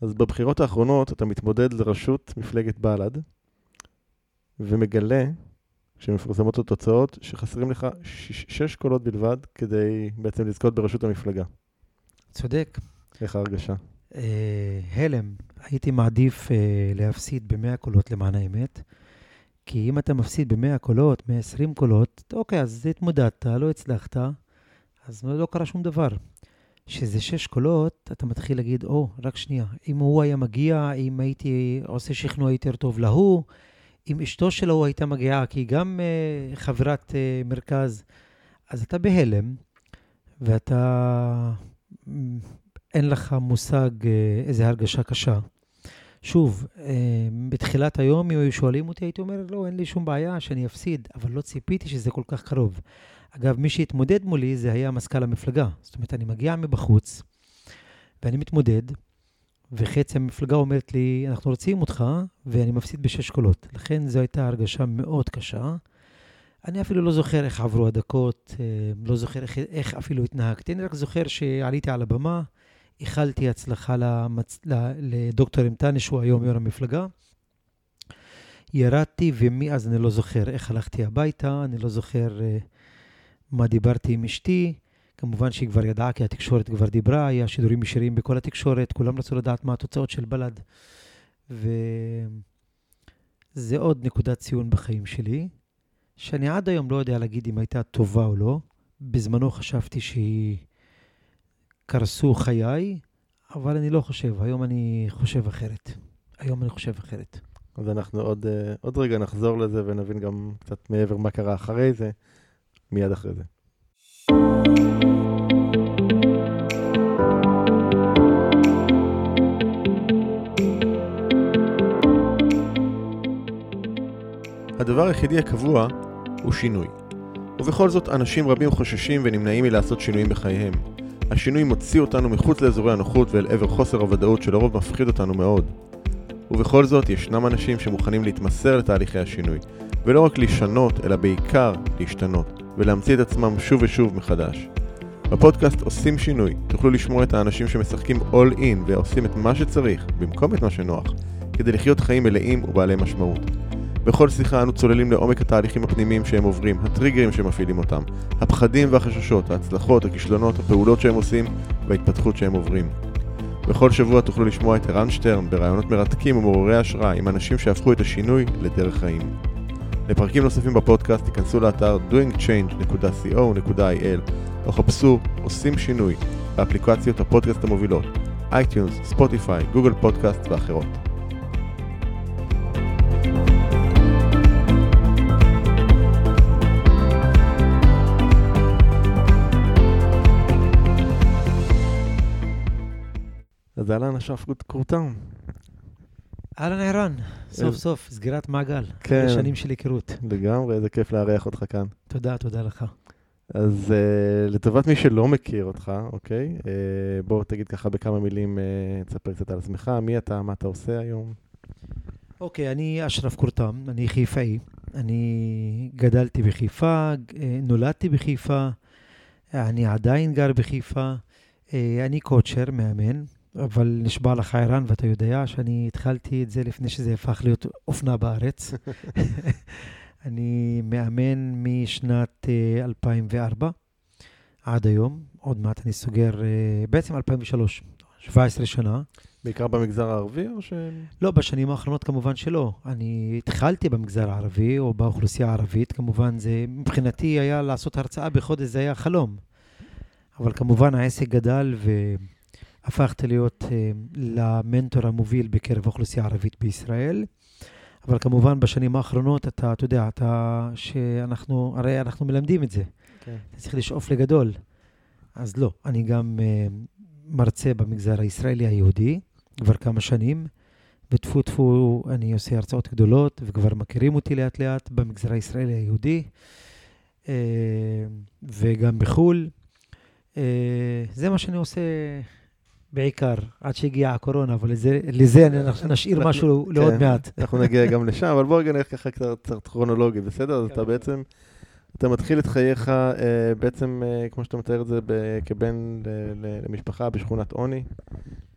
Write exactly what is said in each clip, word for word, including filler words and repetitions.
אז בבחירות האחרונות אתה מתמודד לראשות מפלגת בל"ד, ומגלה, כשמפורסמות התוצאות, שחסרים לך שש, שש קולות בלבד, כדי בעצם לזכות בראשות המפלגה. צודק. איך ההרגשה? אה, הלם. הייתי מעדיף אה, להפסיד ב-מאה קולות למען האמת, כי אם אתה מפסיד ב-מאה קולות, מאה ועשרים קולות, אוקיי, אז התמודדת, לא הצלחת, אז לא קרה שום דבר. שזה שש קולות, אתה מתחיל להגיד, או, רק שנייה, אם הוא היה מגיע, אם הייתי עושה שכנוע יותר טוב להוא, אם אשתו שלו הייתה מגיעה, כי היא גם uh, חברת uh, מרכז, אז אתה בהלם, ואתה, אין לך מושג uh, איזה הרגשה קשה. שוב, uh, בתחילת היום, אם היו שואלים אותי, הייתי אומר, לא, אין לי שום בעיה שאני אפסיד, אבל לא ציפיתי שזה כל כך קרוב. אגב, מי שהתמודד מולי זה היה מזכ"ל המפלגה. זאת אומרת, אני מגיע מבחוץ, ואני מתמודד, וחצי המפלגה אומרת לי, אנחנו רוצים אותך, ואני מפסיד בשש קולות. לכן זו הייתה הרגשה מאוד קשה. אני אפילו לא זוכר איך עברו הדקות, לא זוכר איך, איך אפילו התנהגתי. אני רק זוכר שעליתי על הבמה, איחלתי הצלחה למצ... לדוקטור אמתני, שהוא היום יו"ר המפלגה. ירדתי, ומאז אני לא זוכר איך הלכתי הביתה, אני לא זוכר מה דיברתי עם אשתי. כמובן שהיא כבר ידעה, כי התקשורת כבר דיברה, היה שידורים ישירים בכל התקשורת, כולם רצו לדעת מה התוצאות של בל"ד. וזה עוד נקודת ציון בחיים שלי, שאני עד היום לא יודע להגיד אם הייתה טובה או לא. בזמנו חשבתי שהיא קרסו חיי, אבל אני לא חושב, היום אני חושב אחרת. היום אני חושב אחרת. אז אנחנו עוד, עוד רגע נחזור לזה ונבין גם קצת מעבר מה קרה אחרי זה, מיד אחרי זה. הדבר היחידי הקבוע הוא שינוי. ובכל זאת, אנשים רבים חוששים ונמנעים מלעשות שינויים בחייהם. השינוי מוציא אותנו מחוץ לאזורי הנוחות ואל עבר חוסר הוודאות שלרוב מפחיד אותנו מאוד. ובכל זאת, ישנם אנשים שמוכנים להתמסר לתהליכי השינוי, ולא רק לשנות, אלא בעיקר להשתנות, ולהמציא את עצמם שוב ושוב מחדש. בפודקאסט עושים שינוי, תוכלו לשמוע את האנשים שמשחקים all in ועושים את מה שצריך, במקום את מה שנוח, כדי לחיות חיים מלאים ובעלי משמעות. בכל שיחה אנו צוללים לעומק התהליכים הפנימיים שהם עוברים, הטריגרים שמפעילים אותם, הפחדים והחששות, ההצלחות, הכישלונות, הפעולות שהם עושים וההתפתחות שהם עוברים. בכל שבוע תוכלו לשמוע את ערן שטרן ברעיונות מרתקים ומעוררי השראה עם אנשים שהפכו את השינוי לדרך חיים. לפרקים נוספים בפודקאסט תיכנסו לאתר doing change dot co dot i l או חפשו עושים שינוי באפליקציות הפודקאסט המובילות, אייטיונס, ספוטיפיי, גוגל פודקאסט ואחרות. אז אהלן אשרף קורטם. אהלן ערן, סוף סוף, סגירת מעגל. כן. שנים של היכרות. לגמרי, איזה כיף לארח אותך כאן. תודה, תודה לך. אז uh, לטובת מי שלא מכיר אותך, אוקיי? Uh, בוא תגיד ככה בכמה מילים, uh, תספר קצת על עצמך, מי אתה, מה אתה עושה היום? אוקיי, אני אשרף קורטם, אני חיפאי. אני גדלתי בחיפה, נולדתי בחיפה, אני עדיין גר בחיפה. אני קוצ'ר, מאמן, אבל נשבע לך ערן, ואתה יודע שאני התחלתי את זה לפני שזה הפך להיות אופנה בארץ. אני מאמן משנת אלפיים וארבע עד היום, עוד מעט אני סוגר, בעצם אלפיים ושלוש, שבע עשרה שנה. בעיקר במגזר הערבי או ש... לא, בשנים האחרונות כמובן שלא. אני התחלתי במגזר הערבי או באוכלוסייה הערבית, כמובן זה מבחינתי היה לעשות הרצאה בחודש, זה היה חלום. אבל כמובן העסק גדל והפכתי להיות uh, למנטור המוביל בקרב האוכלוסייה הערבית בישראל. אבל כמובן בשנים האחרונות אתה, אתה יודע, אתה, שאנחנו, הרי אנחנו מלמדים את זה. Okay. אתה צריך לשאוף לגדול. אז לא, אני גם uh, מרצה במגזר הישראלי היהודי, כבר כמה שנים, וטפו טפו אני עושה הרצאות גדולות, וכבר מכירים אותי לאט לאט במגזר הישראלי היהודי, uh, וגם בחול. Uh, זה מה שאני עושה בעיקר, עד שהגיעה הקורונה, אבל לזה, לזה נשאיר משהו לעוד מעט. אנחנו נגיע גם לשם, אבל בוא רגע נלך ככה קצת כרונולוגי, בסדר? אז אתה בעצם, אתה מתחיל את חייך בעצם, כמו שאתה מתאר את זה, כבן למשפחה בשכונת עוני,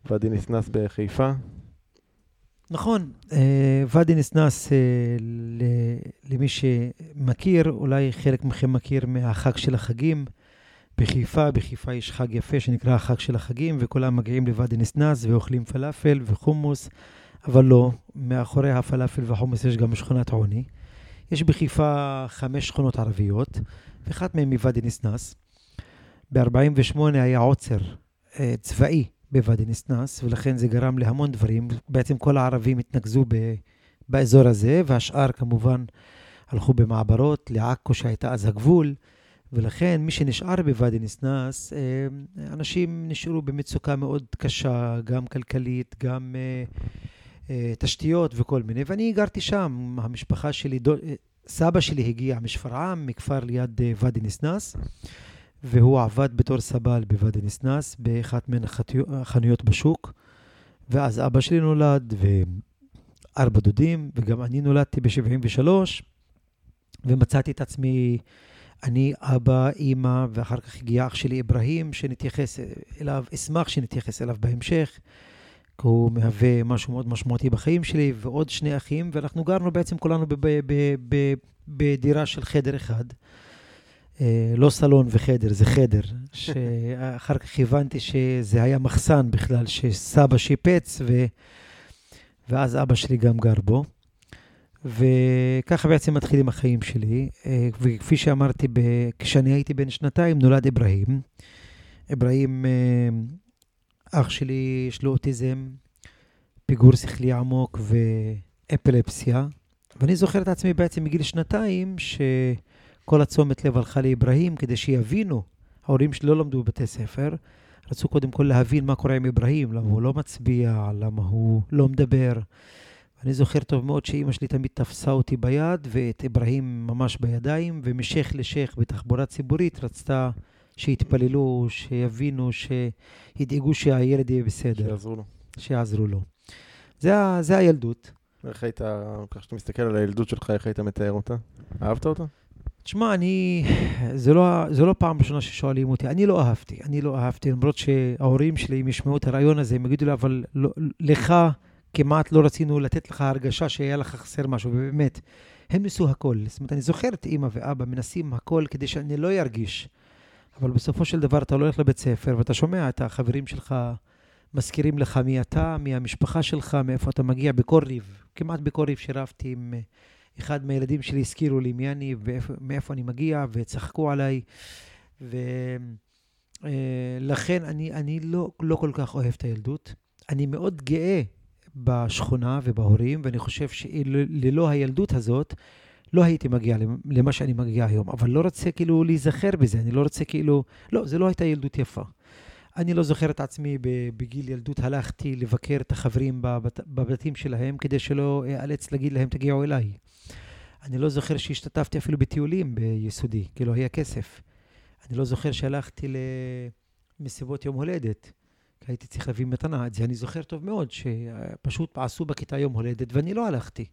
ואדי ניסנס בחיפה. נכון, ואדי ניסנס, למי שמכיר, אולי חלק מכם מכיר מהחג של החגים, בחיפה, בחיפה יש חג יפה שנקרא החג של החגים, וכולם מגיעים לוואדי ניסנס ואוכלים פלאפל וחומוס, אבל לא, מאחורי הפלאפל והחומוס יש גם שכונת עוני. יש בחיפה חמש שכונות ערביות, ואחת מהן מוואדי ניסנס. ב-ארבעים ושמונה היה עוצר צבאי בוואדי ניסנס, ולכן זה גרם להמון דברים. בעצם כל הערבים התנגזו ב- באזור הזה, והשאר כמובן הלכו במעברות לעכו שהייתה אז הגבול, ולכן מי שנשאר בוואדי ניסנס, אנשים נשארו במצוקה מאוד קשה, גם כלכלית, גם תשתיות וכל מיני, ואני גרתי שם. המשפחה שלי, סבא שלי הגיע משפרעם, מכפר ליד וואדי ניסנס, והוא עבד בתור סבל בוואדי ניסנס, באחת מן החנויות בשוק, ואז אבא שלי נולד, וארבע דודים, וגם אני נולדתי ב-שבעים ושלוש, ומצאתי את עצמי, אני, אבא, אמא, ואחר כך הגיע אח שלי אברהים, שנתייחס אליו, אשמח שנתייחס אליו בהמשך, כי הוא מהווה משהו מאוד משמעותי בחיים שלי, ועוד שני אחים, ואנחנו גרנו בעצם כולנו בדירה של חדר אחד, לא סלון וחדר, זה חדר, שאחר כך הבנתי שזה היה מחסן בכלל, שסבא שיפץ, ו... ואז אבא שלי גם גר בו, וככה בעצם מתחילים החיים שלי, וכפי שאמרתי, כשאני הייתי בן שנתיים, נולד אברהים. אברהים, אח שלי, יש לו אוטיזם, פיגור שכלי עמוק ואפילפסיה, ואני זוכר את עצמי בעצם מגיל שנתיים, ש... כל הצומת לב הלכה לאברהים, כדי שיבינו, ההורים שלי לא למדו בבתי ספר, רצו קודם כל להבין מה קורה עם אברהים, למה הוא לא מצביע, למה הוא לא מדבר. אני זוכר טוב מאוד שאמא שלי תמיד תפסה אותי ביד, ואת אברהים ממש בידיים, ומשך לשך בתחבורה ציבורית, רצתה שיתפללו, שיבינו, שידאגו שהילד יהיה בסדר. שיעזרו לו. שיעזרו לו. זה, זה הילדות. איך היית, כך שאתה מסתכל על הילדות שלך, איך היית מתאר אותה? אהבת אותה? תשמע, אני, זה לא, זה לא פעם ראשונה ששואלים אותי, אני לא אהבתי, אני לא אהבתי, למרות שההורים שלי, אם ישמעו את הרעיון הזה, הם יגידו לי, אבל לא, לך כמעט לא רצינו לתת לך הרגשה שהיה לך חסר משהו, ובאמת, הם ניסו הכל. זאת אומרת, אני זוכר את אמא ואבא מנסים הכל כדי שאני לא ירגיש, אבל בסופו של דבר אתה לא הולך לבית ספר, ואתה שומע את החברים שלך, מזכירים לך מי אתה, מי המשפחה שלך, מאיפה אתה מגיע, בכל ריב, כמעט בכל ריב שרבתי עם... אחד מהילדים שלי הזכירו לי מי אני ומאיפה אני מגיע, וצחקו עליי, ולכן אני, אני לא, לא כל כך אוהב את הילדות. אני מאוד גאה בשכונה ובהורים, ואני חושב שללא הילדות הזאת, לא הייתי מגיע למה שאני מגיע היום, אבל לא רוצה כאילו להיזכר בזה, אני לא רוצה כאילו, לא, זה לא הייתה ילדות יפה. אני לא זוכר את עצמי בגיל ילדות, הלכתי לבקר את החברים בבת, בבתים שלהם, כדי שלא אאלץ להגיד להם תגיעו אליי. אני לא זוכר שהשתתפתי אפילו בטיולים ביסודי, כי לא היה כסף. אני לא זוכר שהלכתי למסיבות יום הולדת, כי הייתי צריך להביא מתנה. את זה אני זוכר טוב מאוד, שפשוט עשו בכיתה יום הולדת, ואני לא הלכתי.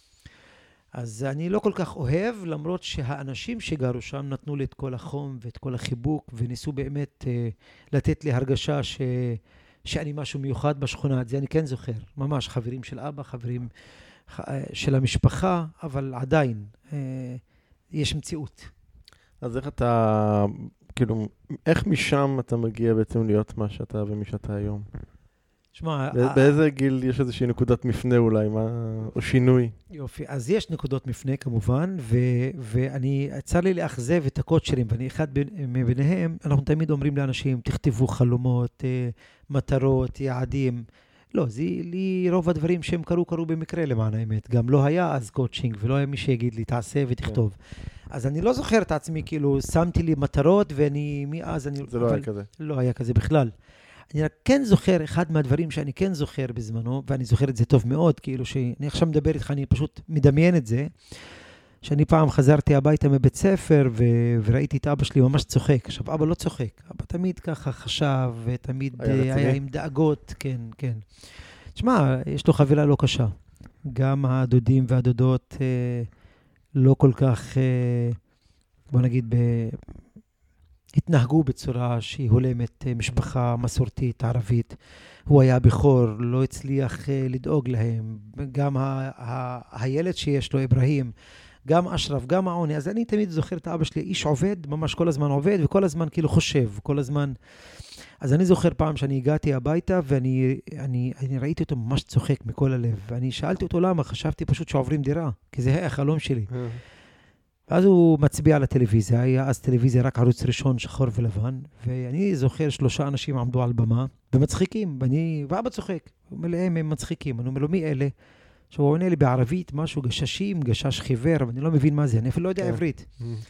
אז אני לא כל כך אוהב, למרות שהאנשים שגרו שם נתנו לי את כל החום ואת כל החיבוק, וניסו באמת uh, לתת לי הרגשה ש... שאני משהו מיוחד בשכונה. את זה אני כן זוכר. ממש חברים של אבא, חברים ח... של המשפחה, אבל עדיין uh, יש מציאות. אז איך אתה, כאילו, איך משם אתה מגיע בעצם להיות מה שאתה ומי שאתה היום? שמה, באיזה גיל יש איזושהי נקודת מפנה אולי, מה, או שינוי? יופי, אז יש נקודות מפנה כמובן, ו, ואני, צר לי לאכזב את הקודשרים, ואני אחד מביניהם, אנחנו תמיד אומרים לאנשים, תכתבו חלומות, מטרות, יעדים. לא, זה לי רוב הדברים שהם קרו, קרו במקרה למען האמת. גם לא היה אז קודשינג, ולא היה מי שיגיד לי, תעשה ותכתוב. אז אני לא זוכר את עצמי, כאילו, שמתי לי מטרות, ואני, מאז אני... זה לא היה כזה. לא היה כזה בכלל. אני רק כן זוכר, אחד מהדברים שאני כן זוכר בזמנו, ואני זוכר את זה טוב מאוד, כאילו שאני עכשיו מדבר איתך, אני פשוט מדמיין את זה, שאני פעם חזרתי הביתה מבית ספר, ו- וראיתי את אבא שלי ממש צוחק. עכשיו, אבא לא צוחק, אבא תמיד ככה חשב, ותמיד היה, היה עם דאגות, כן, כן. תשמע, יש לו חבילה לא קשה. גם הדודים והדודות אה, לא כל כך, אה, בוא נגיד, ב... התנהגו בצורה שהיא הולמת משפחה מסורתית ערבית. הוא היה בכור, לא הצליח לדאוג להם. גם ה- ה- הילד שיש לו, אברהים, גם אשרף, גם העוני. אז אני תמיד זוכר את אבא שלי, איש עובד, ממש כל הזמן עובד, וכל הזמן כאילו חושב, כל הזמן. אז אני זוכר פעם שאני הגעתי הביתה, ואני אני, אני ראיתי אותו ממש צוחק מכל הלב. ואני שאלתי אותו למה, חשבתי פשוט שעוברים דירה, כי זה היה החלום שלי. ואז הוא מצביע על הטלוויזיה, היה אז טלוויזיה רק ערוץ ראשון, שחור ולבן, ואני זוכר שלושה אנשים עמדו על במה, ומצחיקים, ואני, ואבא צוחק, הוא אומר להם, הם מצחיקים, אני אומר לו, מי אלה? שהוא עונה לי בערבית, משהו, גששים, גשש חיוור, אבל אני לא מבין מה זה, אני אפילו לא יודע עברית.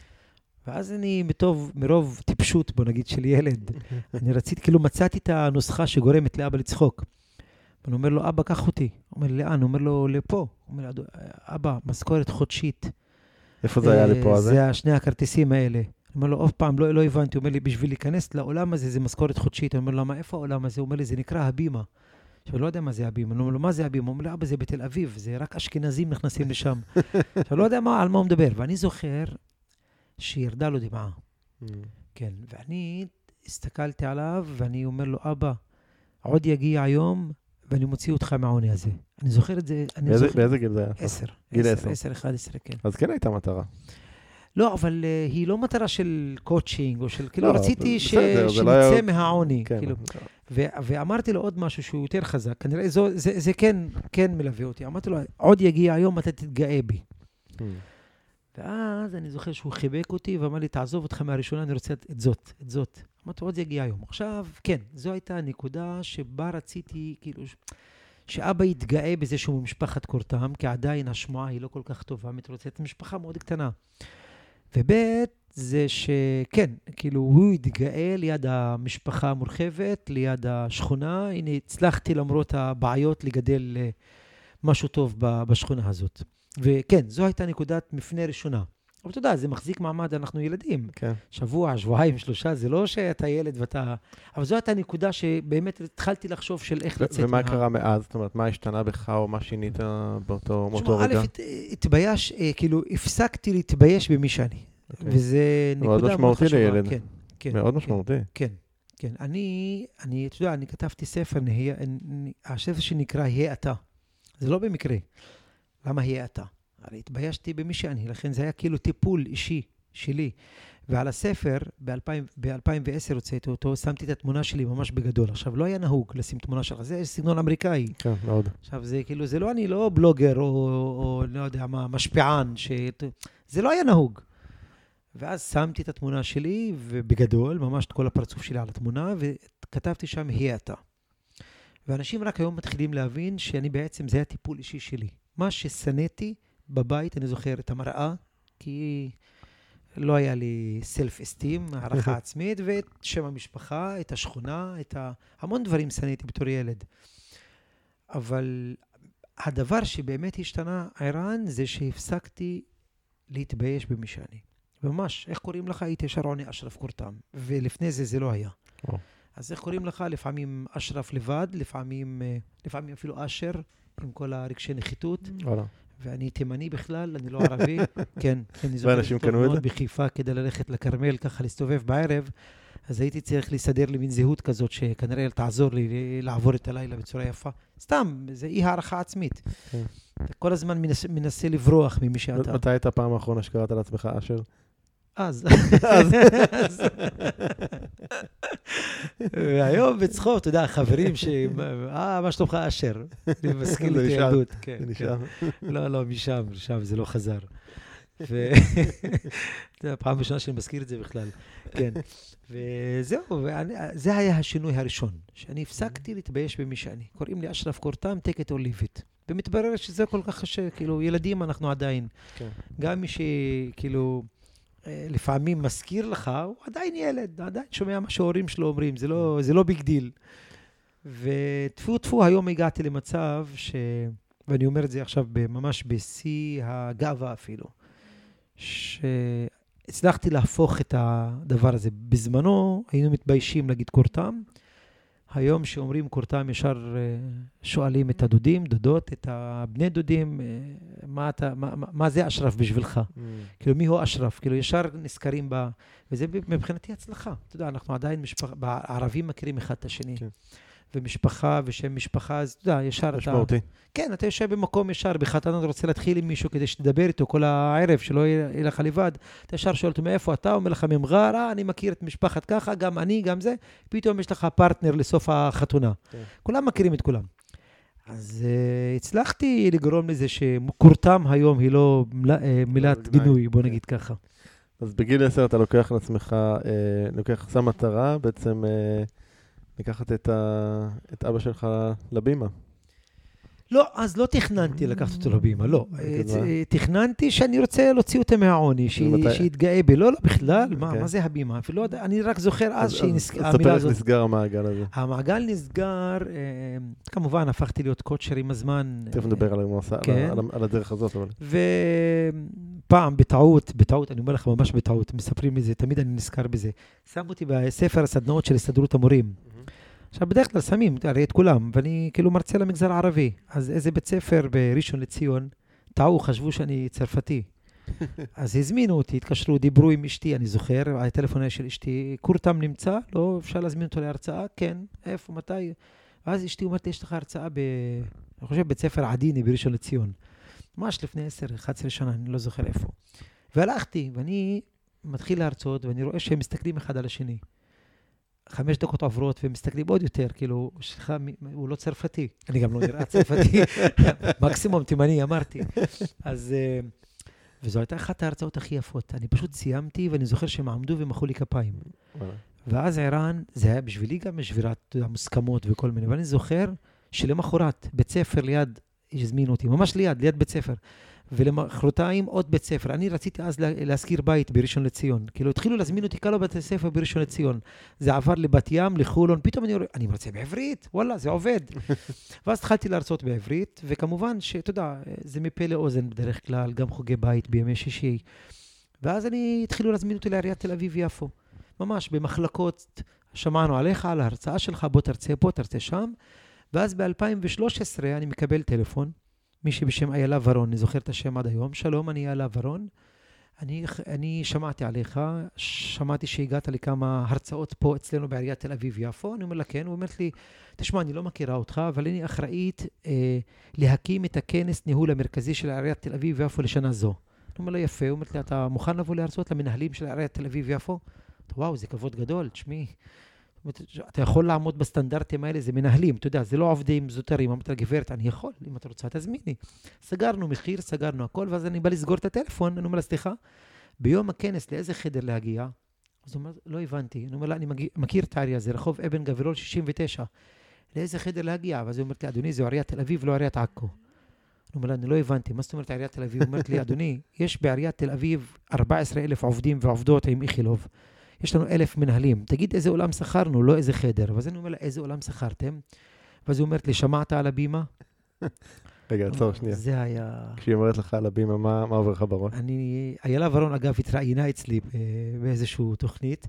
ואז אני, מטוב, מרוב טיפשות, בוא נגיד, של ילד, אני רציתי, כאילו מצאתי את הנוסחה שגורמת לאבא לצחוק. אני אומר לו, אבא, קח אותי. הוא אומר, לאן? הוא אומר לו, לפה. הוא אומר, אבא, משכורת חודשית. איפה זה היה לפה הזה? זה השני הכרטיסים האלה. אני אומר לו, אוף פעם, לא, לא הבנתי. הוא אומר לי, בשביל להיכנס לעולם הזה, זה משכורת חודשית. אני אומר לו, מה, איפה העולם הזה? הוא אומר לי, זה נקרא הבימה. עכשיו, לא יודע מה זה הבימה. אני אומר לו, מה זה הבימה? הוא אומר לי, אבא, זה בתל אביב. זה רק אשכנזים נכנסים לשם. עכשיו, לא יודע מה, על מה הוא מדבר. ואני זוכר שירדה לו דמעה. כן. ואני הסתכלתי עליו, ואני אומר לו, אבא, עוד יגיע היום, ואני מוציא אותך מהעוני הזה. אני זוכר את זה. באיזה גיל זה היה? עשר. גיל עשר. עשר, אחד עשרה, כן. אז כן הייתה מטרה. לא, אבל uh, היא לא מטרה של קואוצ'ינג, או של, כאילו, לא, רציתי ש... שנצא לא מהעוני, כן, כאילו. ו... ואמרתי לו עוד משהו שהוא יותר חזק, כנראה זו, זה, זה כן, כן מלווה אותי. אמרתי לו, עוד יגיע היום, אתה תתגאה בי. Hmm. ואז אני זוכר שהוא חיבק אותי, ואמר לי, תעזוב אותך מהראשונה, אני רוצה את זאת, את זאת. אמרתי, עוד יגיע היום. עכשיו, כן, זו הייתה הנקודה שבה רציתי, כאילו, שאבא יתגאה בזה שהוא ממשפחת קורתם, כי עדיין השמועה היא לא כל כך טובה, מתרוצצת משפחה מאוד קטנה. ובית זה שכן, כאילו הוא יתגאה ליד המשפחה המורחבת, ליד השכונה. הנה, הצלחתי למרות הבעיות לגדל משהו טוב בשכונה הזאת. וכן, זו הייתה נקודת מפנה ראשונה. אבל אתה יודע, זה מחזיק מעמד, אנחנו ילדים. כן. שבוע, שבועיים, שלושה, זה לא שאתה ילד ואתה... אבל זו הייתה נקודה שבאמת התחלתי לחשוב של איך לצאת. ומה קרה מאז? זאת אומרת, מה השתנה בך או מה שינית באותו רגע? א', התבייש, כאילו, הפסקתי להתבייש במי שאני. וזה נקודה מאוד משמעותי לילד. כן. מאוד משמעותי. כן, כן. אני, אני, אתה יודע, אני כתבתי ספר, הספר שנקרא, היה אתה. זה לא במקרה. למה היה אתה? אני התביישתי במי שאני, לכן זה היה כאילו טיפול אישי שלי. ועל הספר, ב-אלפיים ועשר הוצאתי אותו, שמתי את התמונה שלי ממש בגדול. עכשיו, לא היה נהוג לשים תמונה שלך, זה סגנון אמריקאי. כן, מאוד. עכשיו, זה כאילו, זה לא, אני לא בלוגר או, או לא יודע מה, משפיען, ש... זה לא היה נהוג. ואז שמתי את התמונה שלי, ובגדול, ממש את כל הפרצוף שלי על התמונה, וכתבתי שם, היא אתה. ואנשים רק היום מתחילים להבין שאני בעצם, זה הטיפול אישי שלי. מה ששנאתי בבית, אני זוכר את המראה, כי לא היה לי self-esteem, הערכה עצמית, ואת שם המשפחה, את השכונה, את ה... המון דברים שנאתי בתור ילד. אבל הדבר שבאמת השתנה, ערן, זה שהפסקתי להתבייש במי שאני. ממש, איך קוראים לך? הייתי ישר עונה אשרף קורתם. ולפני זה זה לא היה. Oh. אז איך קוראים לך? לפעמים אשרף לבד, לפעמים, לפעמים אפילו אשר, עם כל הרגשי נחיתות. Oh. ואני תימני בכלל, אני לא ערבי. כן, אני זוכר טוב מאוד בחיפה כדי ללכת לקרמל, ככה להסתובב בערב. אז הייתי צריך לסדר לי מין זהות כזאת, שכנראה תעזור לי לעבור את הלילה בצורה יפה. סתם, זה אי הערכה עצמית. Okay. אתה כל הזמן מנסה, מנסה לברוח ממי שאתה. מתי הייתה הפעם האחרונה שקראת על עצמך אשר? אז. והיום בצחוק, אתה יודע, חברים ש... אה, מה שלומך אשר? אני מזכיר לי את הילדות. זה נשאר. לא, לא, משם, משם, זה לא חזר. פעם בשנה שאני מזכיר את זה בכלל. כן. וזהו, זה היה השינוי הראשון, שאני הפסקתי להתבייש במי שאני. קוראים לי אשרף קורתם, take it or leave it. ומתברר שזה כל כך קשה, כאילו, ילדים אנחנו עדיין. גם מי שכאילו... לפעמים מזכיר לך, הוא עדיין ילד, עדיין שומע מה שההורים שלו אומרים, זה לא, זה לא ביג דיל. וטפו טפו, היום הגעתי למצב ש... ואני אומר את זה עכשיו ממש בשיא הגאווה אפילו, שהצלחתי להפוך את הדבר הזה. בזמנו היינו מתביישים להגיד קורתם, היום שאומרים קורתם ישר שואלים את הדודים, דודות, את הבני דודים, מה, אתה, מה, מה זה אשרף בשבילך? Mm. כאילו מי הוא אשרף? כאילו ישר נזכרים בה, וזה מבחינתי הצלחה. אתה יודע, אנחנו עדיין משפחה, הערבים מכירים אחד את השני. כן. ומשפחה ושם משפחה, אז אתה יודע, ישר משמעותי. אתה... כן, אתה יושב במקום ישר, בחתן אתה רוצה להתחיל עם מישהו כדי שתדבר איתו כל הערב, שלא יהיה לך לבד. אתה ישר שואל אותו מאיפה אתה, אומר לך ממגר, אה, אני מכיר את משפחת ככה, גם אני, גם זה. פתאום יש לך פרטנר לסוף החתונה. כן. כולם מכירים את כולם. אז uh, הצלחתי לגרום לזה שקורתם היום היא לא מלה, uh, מילת גינוי, בוא נגיד כן. ככה. אז בגיל עשר אתה לוקח לעצמך, אה, לוקח שם מטרה, בעצם... אה... לקחת את, ה... את אבא שלך לבימה. לא, אז לא תכננתי לקחת אותו לבימה, לא. תכננתי שאני רוצה להוציא אותה מהעוני, שיתגאה בי. לא, לא, בכלל, מה זה הבימה? אני רק זוכר אז שהיא נסגר, המילה הזאת. ספר נסגר המעגל הזה. המעגל נסגר, כמובן, הפכתי להיות קוצ'ר עם הזמן. תכף נדבר על הדרך הזאת. ופעם, בטעות, בטעות, אני אומר לך ממש בטעות, מספרים לי זה, תמיד אני נזכר בזה. שם אותי בספר הסדנאות של הסתדרות המורים. עכשיו, בדרך כלל שמים, הרי את כולם, ואני כאילו מרצה למגזר הערבי. אז איזה בית ספר בראשון לציון, טעו, חשבו שאני צרפתי. אז הזמינו אותי, התקשרו, דיברו עם אשתי, אני זוכר, הטלפון של אשתי, קורתם נמצא? לא, אפשר להזמין אותו להרצאה? כן. איפה, מתי? ואז אשתי אומרת, יש לך הרצאה ב... אני חושב, בית ספר עדיני בראשון לציון. ממש לפני עשר, אחת עשרה שנה, אני לא זוכר איפה. והלכתי, ואני מתחיל להרצות, ואני רואה שהם מסתכלים אחד על השני. חמש דקות עוברות ומסתכלים עוד יותר, כאילו, שלך, הוא לא צרפתי. אני גם לא נראה צרפתי. מקסימום תימני, אמרתי. אז, וזו הייתה אחת ההרצאות הכי יפות. אני פשוט סיימתי, ואני זוכר שהם עמדו ומחאו לי כפיים. ואז ערן, זה היה בשבילי גם שבירת מוסכמות וכל מיני, ואני זוכר שלמחרת, בית ספר ליד, הזמינו אותי, ממש ליד, ליד בית ספר. ולמחרתיים עוד בית ספר. אני רציתי אז להזכיר בית בראשון לציון. כאילו, התחילו להזמין אותי כמה בתי ספר בראשון לציון. זה עבר לבת ים, לחולון. פתאום אני, אני מרצה בעברית. וואלה, זה עובד. ואז התחלתי להרצות בעברית, וכמובן שאתה יודע, זה מפה לאוזן בדרך כלל, גם חוגי בית בימי שישי. ואז אני, התחילו להזמין אותי לעיריית תל אביב יפו. ממש, במחלקות, שמענו עליך, על ההרצאה שלך, בוא תרצה פה, תרצה שם. ואז ב-אלפיים ושלוש עשרה אני מקבל טלפון. מישהי בשם איילה ורון, אני זוכר את השם עד היום. שלום, אני איילה ורון. אני, אני שמעתי עליך, שמעתי שהגעת לי כמה הרצאות פה אצלנו בעיריית תל אביב יפו. אני אומר לה כן, הוא אומר לי, תשמע, אני לא מכירה אותך, אבל אני אחראית אה, להקים את הכנס ניהול המרכזי של עיריית תל אביב יפו לשנה זו. אני אומר לה יפה, הוא אומר לי, אתה מוכן לבוא להרצות למנהלים של עיריית תל אביב יפו? וואו, זה כבוד גדול, תשמעי. אתה יכול לעמוד בסטנדרטים האלה, זה מנהלים, אתה יודע, זה לא עובדים זוטרים, אמרת לגברת, אני יכול, אם אתה רוצה, תזמיני. סגרנו מחיר, סגרנו הכל, ואז אני בא לסגור את הטלפון, אני אומר לה, סליחה, ביום הכנס, לאיזה חדר להגיע? אז הוא אומר, לא הבנתי, אני אומר לה, אני מכיר את העירייה, זה רחוב אבן גבירול שישים ותשע, לאיזה חדר להגיע? ואז הוא אומר לי, אדוני, זו עיריית תל אביב, לא עיריית עכו. אני אומר לה, אני לא הבנתי, מה זאת אומרת עיריית תל אביב? הוא אומר לי, אדוני, יש בעיריית תל אביב ארבעה עשר אלף עובדים ועובדות עם איכילוב. יש לנו אלף מנהלים. תגיד איזה עולם שכרנו, לא איזה חדר. ואז אני אומר לה, איזה עולם שכרתם? ואז הוא אומרת לי, שמעת על הבימה? רגע, עצור שנייה. זה היה... כשהיא אומרת לך על הבימה, מה, מה עובר לך בראש? אני... איילה ורון, אגב, התראיינה אצלי באיזשהו תוכנית,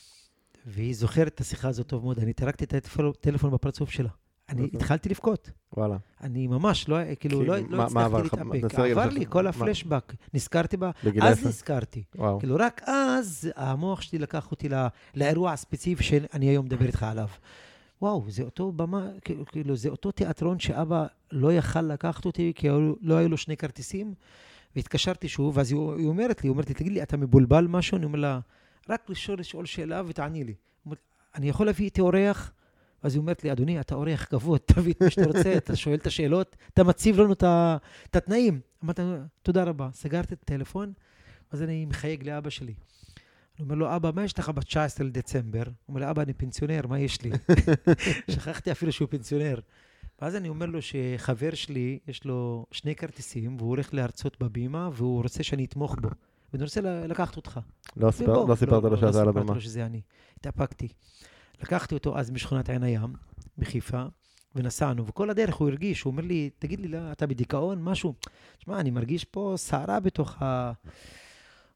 והיא זוכרת את השיחה הזאת טוב מאוד. אני תרקתי את הטלפון בפרצוף שלה. אני התחלתי לבכות. וואלה. אני ממש לא, כאילו, לא הצלחתי להתאפק. עבר לי כל הפלשבק. נזכרתי בה, אז נזכרתי. כאילו, רק אז המוח שלי לקח אותי לאירוע הספציפי שאני היום מדבר איתך עליו. וואו, זה אותו במה, כאילו, זה אותו תיאטרון שאבא לא יכל לקחת אותי, כי לא היו לו שני כרטיסים, והתקשרתי שוב, ואז היא אומרת לי, היא אומרת לי, תגיד לי, אתה מבולבל משהו? אני אומר לה, רק לשאול שאלה ותעני לי. אני יכול להביא איתי אורח? אז היא אומרת לי, אדוני, אתה אורח כבוד, תביא את מה שאתה רוצה, אתה שואל את השאלות, אתה מציב לנו את התנאים. אמרתי, תודה רבה. סגרתי את הטלפון, אז אני מחייג לאבא שלי. אני אומר לו, אבא, מה יש לך ב-תשעה עשר לדצמבר? הוא אומר לי, אבא, אני פנסיונר, מה יש לי? שכחתי אפילו שהוא פנסיונר. ואז אני אומר לו שחבר שלי, יש לו שני כרטיסים, והוא הולך להרצות בבימה, והוא רוצה שאני אתמוך בו. ואני רוצה לקחת אותך. לא סיפרת לו שאתה על הבמה. לא סיפרת לו שזה אני. התאפקתי. לקחתי אותו אז משכונת עין הים, בחיפה, ונסענו, וכל הדרך הוא הרגיש, הוא אומר לי, תגיד לי, אתה בדיכאון, משהו? תשמע, אני מרגיש פה שערה בתוך ה...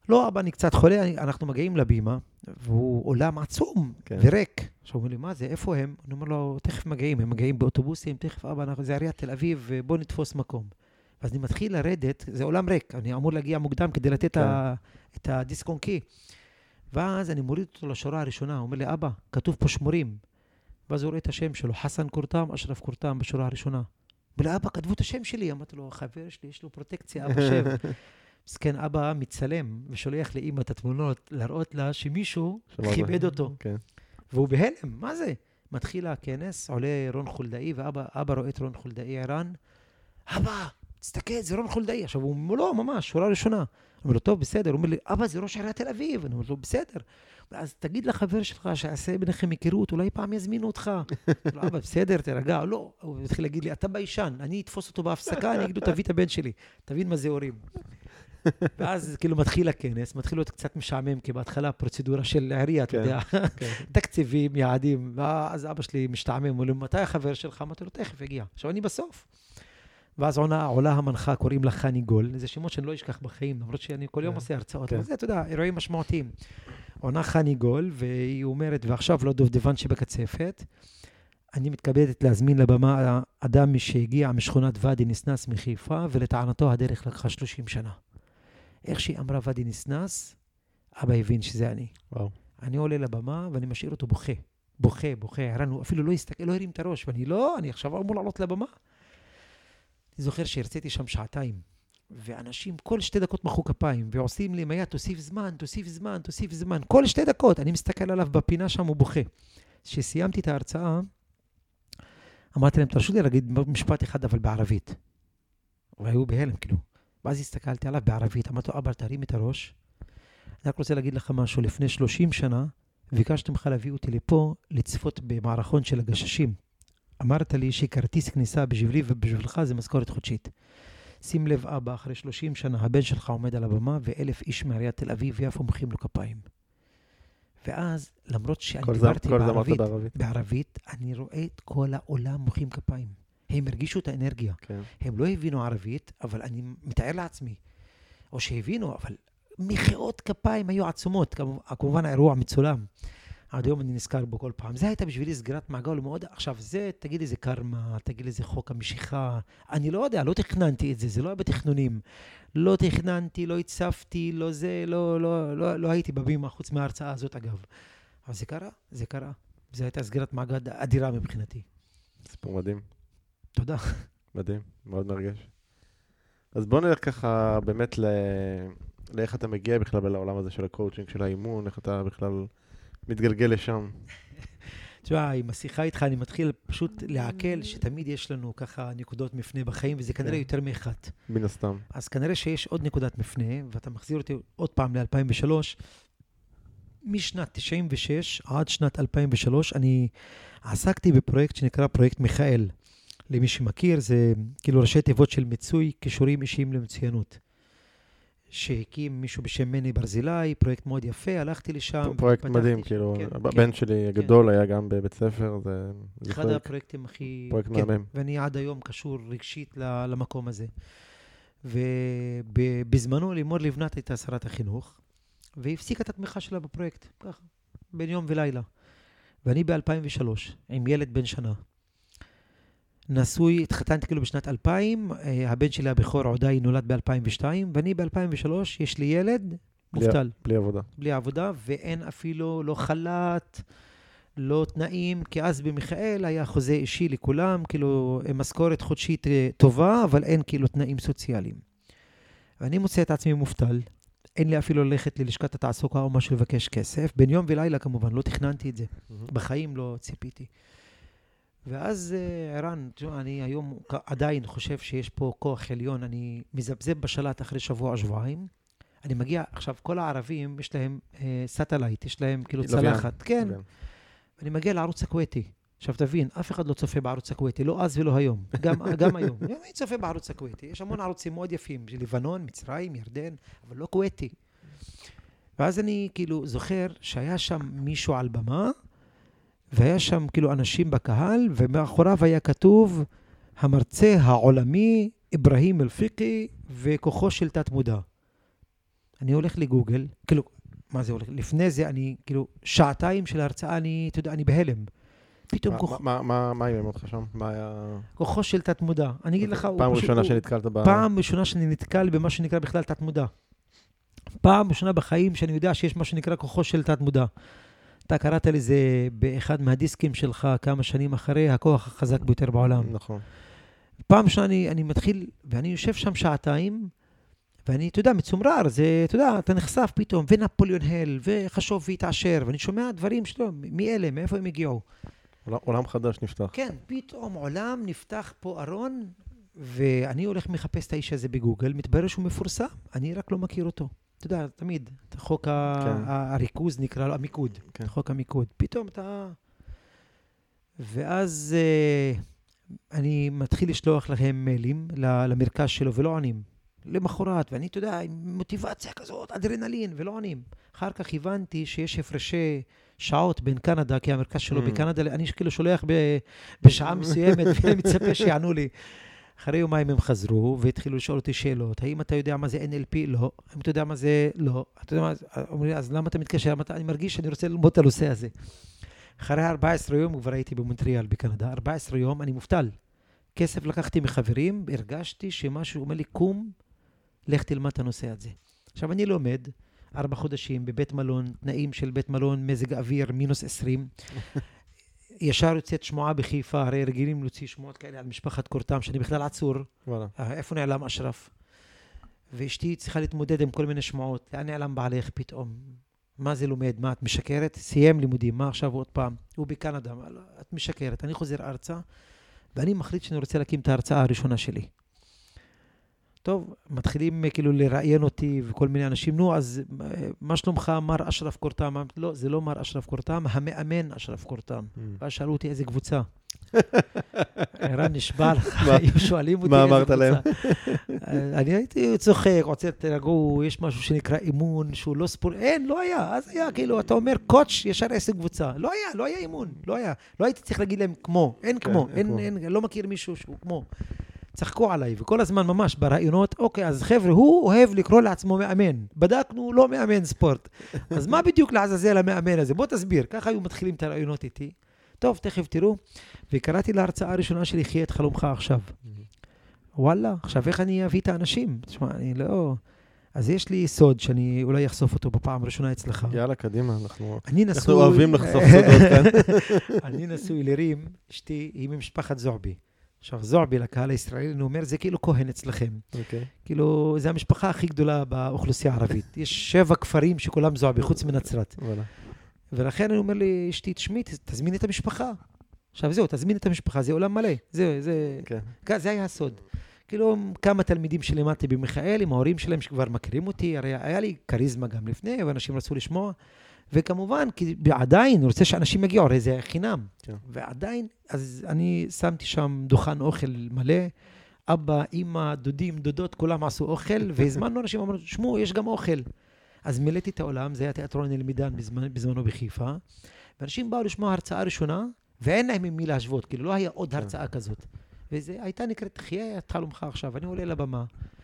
לא, אבא, אני קצת חולה, אני, אנחנו מגיעים לבימה, והוא עולם עצום כן. וריק. עכשיו הוא אומר לי, מה זה, איפה הם? אני אומר לו, תכף מגיעים, הם מגיעים באוטובוסים, תכף, אבא, אנחנו, זה עיריית תל אביב, בוא נתפוס מקום. ואז אני מתחיל לרדת, זה עולם ריק, אני אמור להגיע מוקדם כדי לתת כן. ה, את הדיסק און קי. ואז אני מוריד אותו לשורה הראשונה, הוא אומר לי, אבא, כתוב פה שמורים. ואז הוא רואה את השם שלו, חסן קורטם, אשרף קורטם, בשורה הראשונה. הוא אומר לי, אבא, כתבו את השם שלי. אמרתי לו, חבר שלי, יש לו פרוטקציה, אבא שב. מסכן, אבא מצלם ושולח לאמא את התמונות, להראות לה שמישהו כיבד אותו. Okay. והוא בהלם, מה זה? מתחיל הכנס, עולה רון חולדאי, ואבא רואה את רון חולדאי ערן. אבא, תסתכל, זה רון חולדאי. עכשיו הוא אומר, לא, ממש, שורה ראשונה. אני אומר לו, טוב, בסדר. הוא אומר לי, אבא, זה ראש עיריית תל אביב. אני אומר לו, בסדר. אז תגיד לחבר שלך שעשה ביניכם היכרות, אולי פעם יזמינו אותך. לא, אבא, בסדר, תרגע. לא, הוא התחיל להגיד לי, אתה ביישן, אני אתפוס אותו בהפסקה, אני אגיד לו, תביא את הבן שלי. תבין מה זה הורים. ואז כאילו מתחיל הכנס, מתחיל להיות קצת משעמם, כי בהתחלה פרוצדורה של העירייה, אתה יודע, תקציבים, יעדים, ואז אבא שלי משתעמם, הוא אומר, מתי החבר שלך? אמרתי לו, תכף הגיע. עכשיו אני בסוף. ואז עונה, עולה המנחה, קוראים לה חני גול, זה שמות שאני לא אשכח בחיים, למרות שאני כל יום עושה הרצאות, אבל זה, אתה יודע, אירועים משמעותיים. עונה חני גול, והיא אומרת, ועכשיו לא דובדבן שבקצפת, אני מתכבדת להזמין לבמה אדם שהגיע משכונת ואדי נסנס מחיפה, ולטענתו הדרך לקחה שלושים שנה. איך שהיא אמרה ואדי נסנס, אבא הבין שזה אני. וואו. אני עולה לבמה ואני משאיר אותו בוכה. בוכה, בוכה, ערן, הוא אפילו לא הסתכל, לא הרים את הראש, ואני לא, אני עכשיו אמור לעלות לבמה. אני זוכר שהרציתי שם שעתיים, ואנשים כל שתי דקות מחאו כפיים, ועושים לי, מיה, תוסיף זמן, תוסיף זמן, תוסיף זמן. כל שתי דקות, אני מסתכל עליו בפינה שם, הוא בוכה. כשסיימתי את ההרצאה, אמרתי להם, תרשו לי להגיד משפט אחד, אבל בערבית. והיו בהלם, כאילו. ואז הסתכלתי עליו בערבית, אמרתי לו, אבא, תרים את הראש. אני רק רוצה להגיד לך משהו, לפני שלושים שנה, ביקשתי ממך להביא אותי לפה, לצפות במערכון של הגששים. אמרת לי שכרטיס כניסה בשבילי ובשבילך זה משכורת חודשית. שים לב, אבא, אחרי שלושים שנה, הבן שלך עומד על הבמה, ואלף איש מעיריית תל אביב ויפו מוחאים לו כפיים. ואז, למרות שאני דיברתי בערבית, בערבית, אני רואה את כל העולם מוחאים כפיים. הם הרגישו את האנרגיה. כן. הם לא הבינו ערבית, אבל אני מתאר לעצמי. או שהבינו, אבל מחיאות כפיים היו עצומות. כמובן, האירוע מצולם. עד היום אני נזכר בו כל פעם. זה הייתה בשבילי סגירת מעגל מאוד. עכשיו, זה, תגיד לי, זה קרמה, תגיד לי, זה חוק המשיכה. אני לא יודע, לא תכננתי את זה, זה לא היה בתכנונים. לא תכננתי, לא הצפתי, לא זה, לא, לא, לא, לא הייתי בבימה, חוץ מההרצאה הזאת, אגב. אבל זה קרה, זה קרה. זה הייתה סגירת מעגל אדירה מבחינתי. סיפור מדהים. תודה. מדהים, מאוד מרגש. אז בוא נלך ככה באמת ל... לאיך אתה מגיע בכלל לעולם הזה של הקואוצ'ינג, של האימון, איך אתה בכלל מתגלגל לשם. תשמע, עם השיחה איתך אני מתחיל פשוט לעכל שתמיד יש לנו ככה נקודות מפנה בחיים, וזה כנראה יותר מאחת. מן הסתם. אז כנראה שיש עוד נקודת מפנה, ואתה מחזיר אותי עוד פעם ל-אלפיים ושלוש, משנת תשעים ושש עד שנת אלפיים ושלוש, אני עסקתי בפרויקט שנקרא פרויקט מיכאל. למי שמכיר, זה כאילו ראשי תיבות של מיצוי קישורים אישיים למצוינות. שהקים מישהו בשם מני ברזילי, פרויקט מאוד יפה, הלכתי לשם. פרויקט מדהים, כאילו, הבן שלי הגדול היה גם בבית ספר, זה... אחד הפרויקטים הכי... פרויקט מהמם. ואני עד היום קשור רגשית למקום הזה. ובזמנו לימור לבנת הייתה שרת החינוך, והפסיקה את התמיכה שלה בפרויקט, ככה, בין יום ולילה. ואני ב-אלפיים ושלוש, עם ילד בן שנה. נשוי, התחתנתי כאילו בשנת אלפיים, הבן שלי הבכור עודאי נולד ב-אלפיים ושתיים, ואני ב-אלפיים ושלוש, יש לי ילד מובטל. בלי עבודה. בלי עבודה, ואין אפילו לא חל"ת, לא תנאים, כי אז במיכאל היה חוזה אישי לכולם, כאילו משכורת חודשית טובה, אבל אין כאילו תנאים סוציאליים. ואני מוצא את עצמי מובטל, אין לי אפילו ללכת ללשכת התעסוקה או משהו לבקש כסף, בין יום ולילה כמובן, לא תכננתי את זה, mm-hmm. בחיים לא ציפיתי. ואז ערן, אני היום עדיין חושב שיש פה כוח עליון, אני מזבזב בשלט אחרי שבוע, שבועיים, אני מגיע, עכשיו כל הערבים יש להם אה, סטלייט, יש להם כאילו צלחת, כן, ואני מגיע לערוץ הכוויתי, עכשיו תבין, אף אחד לא צופה בערוץ הכוויתי, לא אז ולא היום, גם, גם היום, מי צופה בערוץ הכוויתי? יש המון ערוצים מאוד יפים, לבנון, מצרים, ירדן, אבל לא כוויתי. ואז אני כאילו זוכר שהיה שם מישהו על במה, והיה שם כאילו אנשים בקהל, ומאחוריו היה כתוב, המרצה העולמי, אברהים אלפיקי, וכוחו של תת מודע. אני הולך לגוגל, כאילו, מה זה הולך? לפני זה אני, כאילו, שעתיים של ההרצאה, אני, אתה יודע, אני בהלם. פתאום כוח... מה, מה, מה ימם אותך שם? מה היה... כוחו של תת מודע. אני אגיד לך... פעם ראשונה שנתקלת ב... פעם ראשונה שאני נתקל במה שנקרא בכלל תת מודע. פעם ראשונה בחיים שאני יודע שיש מה שנקרא כוחו של תת מודע. אתה קראת לזה באחד מהדיסקים שלך כמה שנים אחרי, הכוח החזק ביותר בעולם. נכון. פעם ראשונה אני, אני מתחיל, ואני יושב שם שעתיים, ואני, אתה יודע, מצומרר, זה, אתה יודע, אתה נחשף פתאום, ונפוליאון הל, וחשוב והתעשר, ואני שומע דברים שלו, מי אלה, מאיפה הם הגיעו? עולם, עולם חדש נפתח. כן, פתאום עולם נפתח פה ארון, ואני הולך מחפש את האיש הזה בגוגל, מתברר שהוא מפורסם, אני רק לא מכיר אותו. אתה יודע, תמיד, חוק כן. הריכוז נקרא לו, המיקוד, כן. חוק המיקוד. פתאום אתה... ואז uh, אני מתחיל לשלוח לכם מיילים למרכז שלו, ולא עונים. למחרת, ואני, אתה יודע, עם מוטיבציה כזאת, אדרנלין, ולא עונים. אחר כך הבנתי שיש הפרשי שעות בין קנדה, כי המרכז שלו mm. בקנדה, אני כאילו שולח ב, בשעה מסוימת, ואני מצפה שיענו לי. אחרי יומיים הם חזרו, והתחילו לשאול אותי שאלות. האם אתה יודע מה זה אן אל פי? לא. האם אתה יודע מה זה? לא. אתה יודע מה זה? אומרים לי, אז למה אתה מתקשר? אני מרגיש שאני רוצה ללמוד את הנושא הזה. אחרי ארבעה עשר יום, כבר הייתי במונטריאל בקנדה. ארבעה עשר יום, אני מובטל. כסף לקחתי מחברים, הרגשתי שמשהו אומר לי, קום, לך תלמד את הנושא הזה. עכשיו, אני לומד ארבע חודשים בבית מלון, תנאים של בית מלון, מזג אוויר, מינוס עשרים. ישר יוצאת שמועה בחיפה, הרי רגילים להוציא שמועות כאלה על משפחת קורתם, שאני בכלל עצור. וואלה. איפה נעלם אשרף? ואשתי צריכה להתמודד עם כל מיני שמועות. לאן נעלם בעלך פתאום? מה זה לומד? מה, את משקרת? סיים לימודים, מה עכשיו עוד פעם? הוא בקנדה, את משקרת. אני חוזר ארצה, ואני מחליט שאני רוצה להקים את ההרצאה הראשונה שלי. טוב, מתחילים כאילו לראיין אותי וכל מיני אנשים, נו, אז מה שלומך, מר אשרף קורתם? לא, זה לא מר אשרף קורתם, המאמן אשרף קורתם. ואז שאלו אותי איזה קבוצה. ערן נשבע לך, היו שואלים אותי איזה קבוצה. מה אמרת להם? אני הייתי צוחק, רוצה תרגעו, יש משהו שנקרא אימון, שהוא לא ספורט, אין, לא היה, אז היה, כאילו, אתה אומר, קוץ' ישר איזה קבוצה. לא היה, לא היה אימון, לא היה. לא הייתי צריך להגיד להם כמו, אין כמו, אין, לא מכיר מישהו שהוא כמו. צחקו עליי, וכל הזמן ממש ברעיונות, אוקיי, אז חבר'ה, הוא אוהב לקרוא לעצמו מאמן. בדקנו, לא מאמן ספורט. אז מה בדיוק לעזאזל המאמן הזה? בוא תסביר. ככה היו מתחילים את הרעיונות איתי. טוב, תכף תראו. וקראתי להרצאה הראשונה שלי, חיה את חלומך עכשיו. וואלה, עכשיו איך אני אביא את האנשים? תשמע, אני לא... אז יש לי סוד שאני אולי אחשוף אותו בפעם הראשונה אצלך. יאללה, קדימה, אנחנו, אנחנו נשוי... אוהבים לחשוף סודות כאן. אני נשוי לרים, אשתי, היא ממשפחת זועבי. עכשיו, זועבי לקהל הישראלי, אני אומר, זה כאילו כהן אצלכם. אוקיי. כאילו, זה המשפחה הכי גדולה באוכלוסייה הערבית. יש שבע כפרים שכולם זועבי, חוץ מנצרת. וואלה. ולכן אני אומר לי, אשתי, תשמעי, תזמין את המשפחה. עכשיו, זהו, תזמין את המשפחה, זה עולם מלא. זה, זה, כן. זה היה הסוד. כאילו, כמה תלמידים שלימדתי במיכאל, עם ההורים שלהם שכבר מכירים אותי, הרי היה לי קריזמה גם לפני, ואנשים רצו לשמוע. וכמובן, כי עדיין, אני רוצה שאנשים יגיעו, הרי זה חינם. כן. ועדיין, אז אני שמתי שם דוכן אוכל מלא, אבא, אמא, דודים, דודות, כולם עשו אוכל, והזמנו אנשים, אמרו, שמו, יש גם אוכל. אז מילאתי את העולם, זה היה תיאטרון אל-מידאן בזמנו, בזמנו בחיפה, ואנשים באו לשמוע הרצאה ראשונה, ואין להם עם מי להשוות, כאילו לא היה עוד הרצאה כזאת. וזה הייתה נקראת, חיה את חלומך עכשיו, אני עולה לבמה.